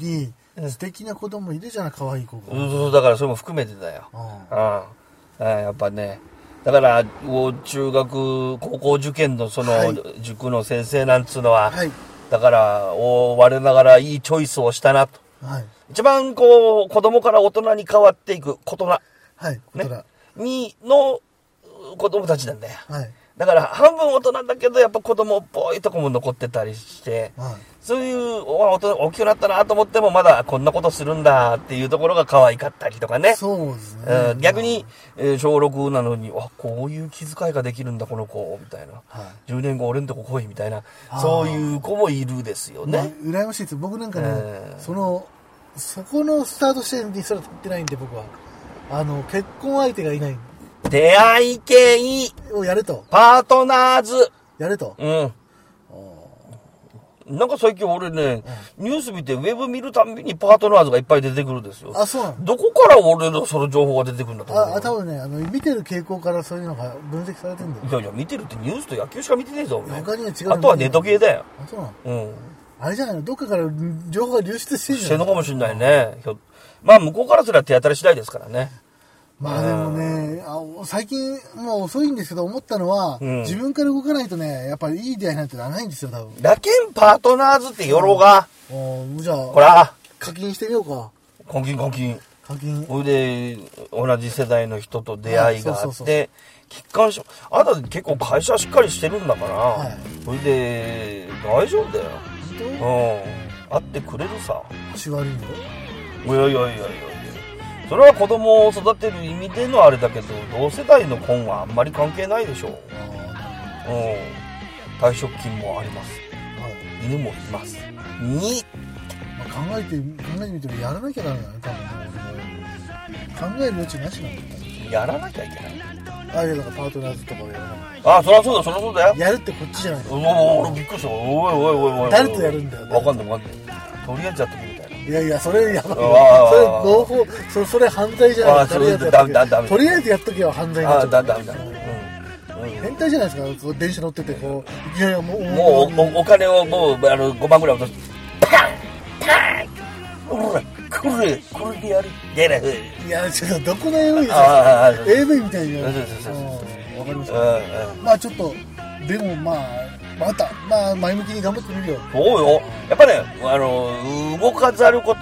B: 素敵な子供いるじゃない、可愛い子が。
A: そう、だからそれも含めてだよ。うん。やっぱね。だから、中学、高校受験のその、塾の先生なんつうのは、はい、だから、我ながらいいチョイスをしたなと。はい、一番こう、子供から大人に変わっていく、大人。はい、ね。に、の子供たちなんだよ。はい。だから、半分大人だけど、やっぱ子供っぽいとこも残ってたりして、はい、そういう、大人、大きくなったなと思っても、まだこんなことするんだっていうところが可愛かったりとかね。
B: そうですね。
A: うん、逆に、えー、小ろくなのに、あ、こういう気遣いができるんだ、この子、みたいな。はい、じゅうねんご俺んとこ来い、みたいな。そういう子もいるですよね。
B: まあ、羨ましいです。僕なんかね、えー、その、そこのスタート地点にそれ取ってないんで、僕は。あの、結婚相手がいないんで。
A: 出会い系
B: をやれと。
A: パートナーズ
B: やれと。
A: うん。なんか最近俺ね、うん、ニュース見てウェブ見るたびにパートナーズがいっぱい出てくるんですよ。
B: あ、そうなの？
A: どこから俺のその情報が出てくるんだと思う。
B: あ、多分ね、あの、見てる傾向からそういうのが分析されてるんだよ。
A: いやいや、見てるってニュースと野球しか見てねえぞ、俺。
B: 他には違う。
A: あとはネット系だよ。
B: あ、そうな
A: の？うん。
B: あれじゃないの？どっかから情報が流出してるんじゃない？
A: してんのかもしれないね。まあ、向こうからすら手当たり次第ですからね。
B: まあでもね、あ最近もう遅いんですけど思ったのは、うん、自分から動かないとね、やっぱりいい出会いなんてならないんですよ、多分。
A: だけんパートナーズってよろが。
B: うん、じゃあ、
A: ほら。
B: 課金してみようか。
A: 課金課金。
B: 課金。
A: それで、同じ世代の人と出会いがあって、結婚し、あなた結構会社しっかりしてるんだから、はい、それで、大丈夫だよ。本当？うん。会ってくれるさ。
B: 口悪いの？
A: いやいやいやいや。それは子供を育てる意味でのあれだけど、同世代の婚はあんまり関係ないでしょう。うん。退職金もあります。はい、犬もいます。に、
B: まあ、考えて、考えてみてもやらなきゃダメだね、多分。考える余地なしなんだ
A: よ。やらなきゃいけない。
B: あ、いや、だからパートナーズとかをやらない。
A: あ、そりゃそうだ、そりゃそうだよ。
B: やるってこっちじゃないの。
A: おお、俺びっくりした。おいおいおいおいおい。
B: 誰とやるんだよ。
A: わかんないわかんない。とりあえずやってみるみたいな。
B: いやいや、それやばい。それ、合法、そそれ犯罪じゃない。
A: とりあえずダメだ、ダメだ。
B: とりあえずやっとけば犯罪になっちゃう。
A: あ、ダメだ。
B: 変態じゃないですか、電車乗ってて、こう、いやいや、もう、
A: もう、お金をもう、あの、ごまんぐらい落として、パンパンほら、これ、これでやる。やら
B: いや、ちょっと、どこの エーブイ ですか エーブイ みたいに。そうそうそう。わかりました。まあちょっと、でもまあ、また、まあ、前向きに頑張ってみるよ。
A: そうよ。やっぱね、あの、動かざること、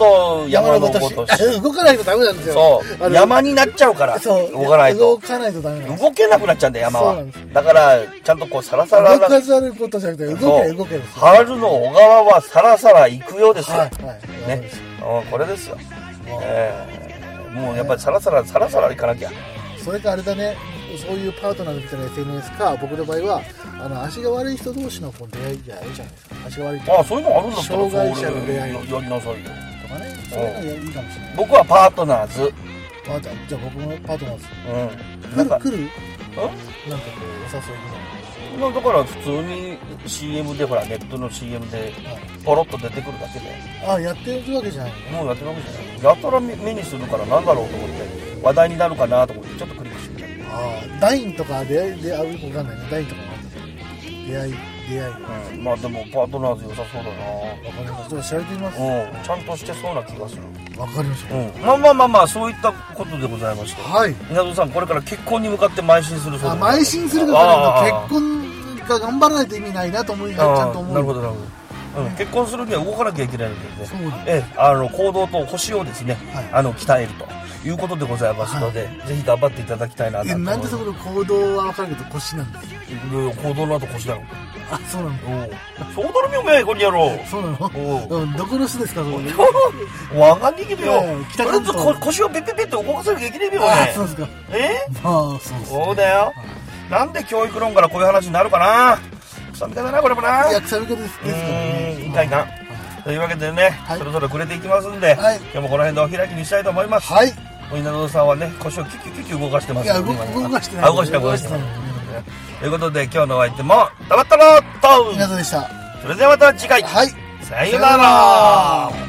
A: 山のことし。
B: 動かないとダメなんですよ。
A: そう。山になっちゃうから。そう。動かないと。
B: 動かないとダメなんです。
A: 動けなくなっちゃうんだよ、山は。そうなんです。だから、ちゃんとこう、サラサラ。
B: 動かざることじゃなくて、動け、動けです。
A: 春の小川はサラサラ行くようですよ。はい。ね。これですよ。ええ。もうやっぱりサラサラ、サラサラ行かなきゃ。
B: それかあれだね。そういうパートナーみたいな エスエヌエス か、僕の場合は、あの、足が悪い人同士のこう出会いじゃないじゃないですか。足が悪い人。
A: ああ、そういうのあるんだったら、
B: 障害者の出会い。
A: やりなさいよ。とかね。
B: そういうのいいかもしれない。
A: 僕はパートナーズ。
B: パートナーズ。じゃあ僕もパートナーズ。
A: うん。
B: なんか来る？ん？なんかこう、お誘
A: いの。だから普通に シーエム で、ほら、ネットの シーエム で、ポロッと出てくるだけで。
B: ああ、やってるわけじゃない
A: の？もうやってるわけじゃない。やたら目にするからなんだろうと思って、話題になるかなと思って、ちょっとクリックしてみた。
B: ああ、ダインとか出会い、出会い、わかんないね。ダインとかもあった出会い、出会い。
A: うん。まあでも、パートナーズ良さそうだな。
B: わかりました。ちょっと調べてみます。
A: うん。ちゃんとしてそうな気がする。
B: わかりました。
A: うん。まあまあまあまあ、そういったことでございまして。
B: はい。
A: 稲戸さん、これから結婚に向かって邁進するそうです。
B: あ、邁進するから結婚が頑張らないと意味ないなと思いながらちゃんと思う。
A: なるほど、なるほど。うん、結婚するには動かなきゃいけないのでね。そうです。ええ、あの、行動と腰をですね、はい、あの、鍛えると。いうことでございますので、はい、ぜひ頑張っていただきたいなと。
B: なんでそこの行動は分かるけど腰なんですよ。
A: 行動の後腰なの。
B: あ、そうなんだ。
A: そうだろみよめ、これやろう。
B: そうなの？うん、どこの人ですか、そ
A: れ。わかんねえけどよ。とりあえず腰をペッペッペッと動かさなきゃいけないよね。
B: あ、そうですか。
A: え？
B: まあ、そうですね。
A: そうだよ。なんで教育論からこういう話になるかな。草みかだな、これもな。
B: いや、草みかですからね。
A: 痛いな。というわけでね、そろそろくれていきますんで、今日もこの辺でお開きにしたいと思います。はい。稲戸さんはね、腰をキュキュキュキュ動かしてます。
B: いや、動かしてない。
A: 動かしてない、動かしてない。ということで、今日のお相手も、たまったろーと
B: 稲戸でした。
A: それではまた次回。はい。さよなら。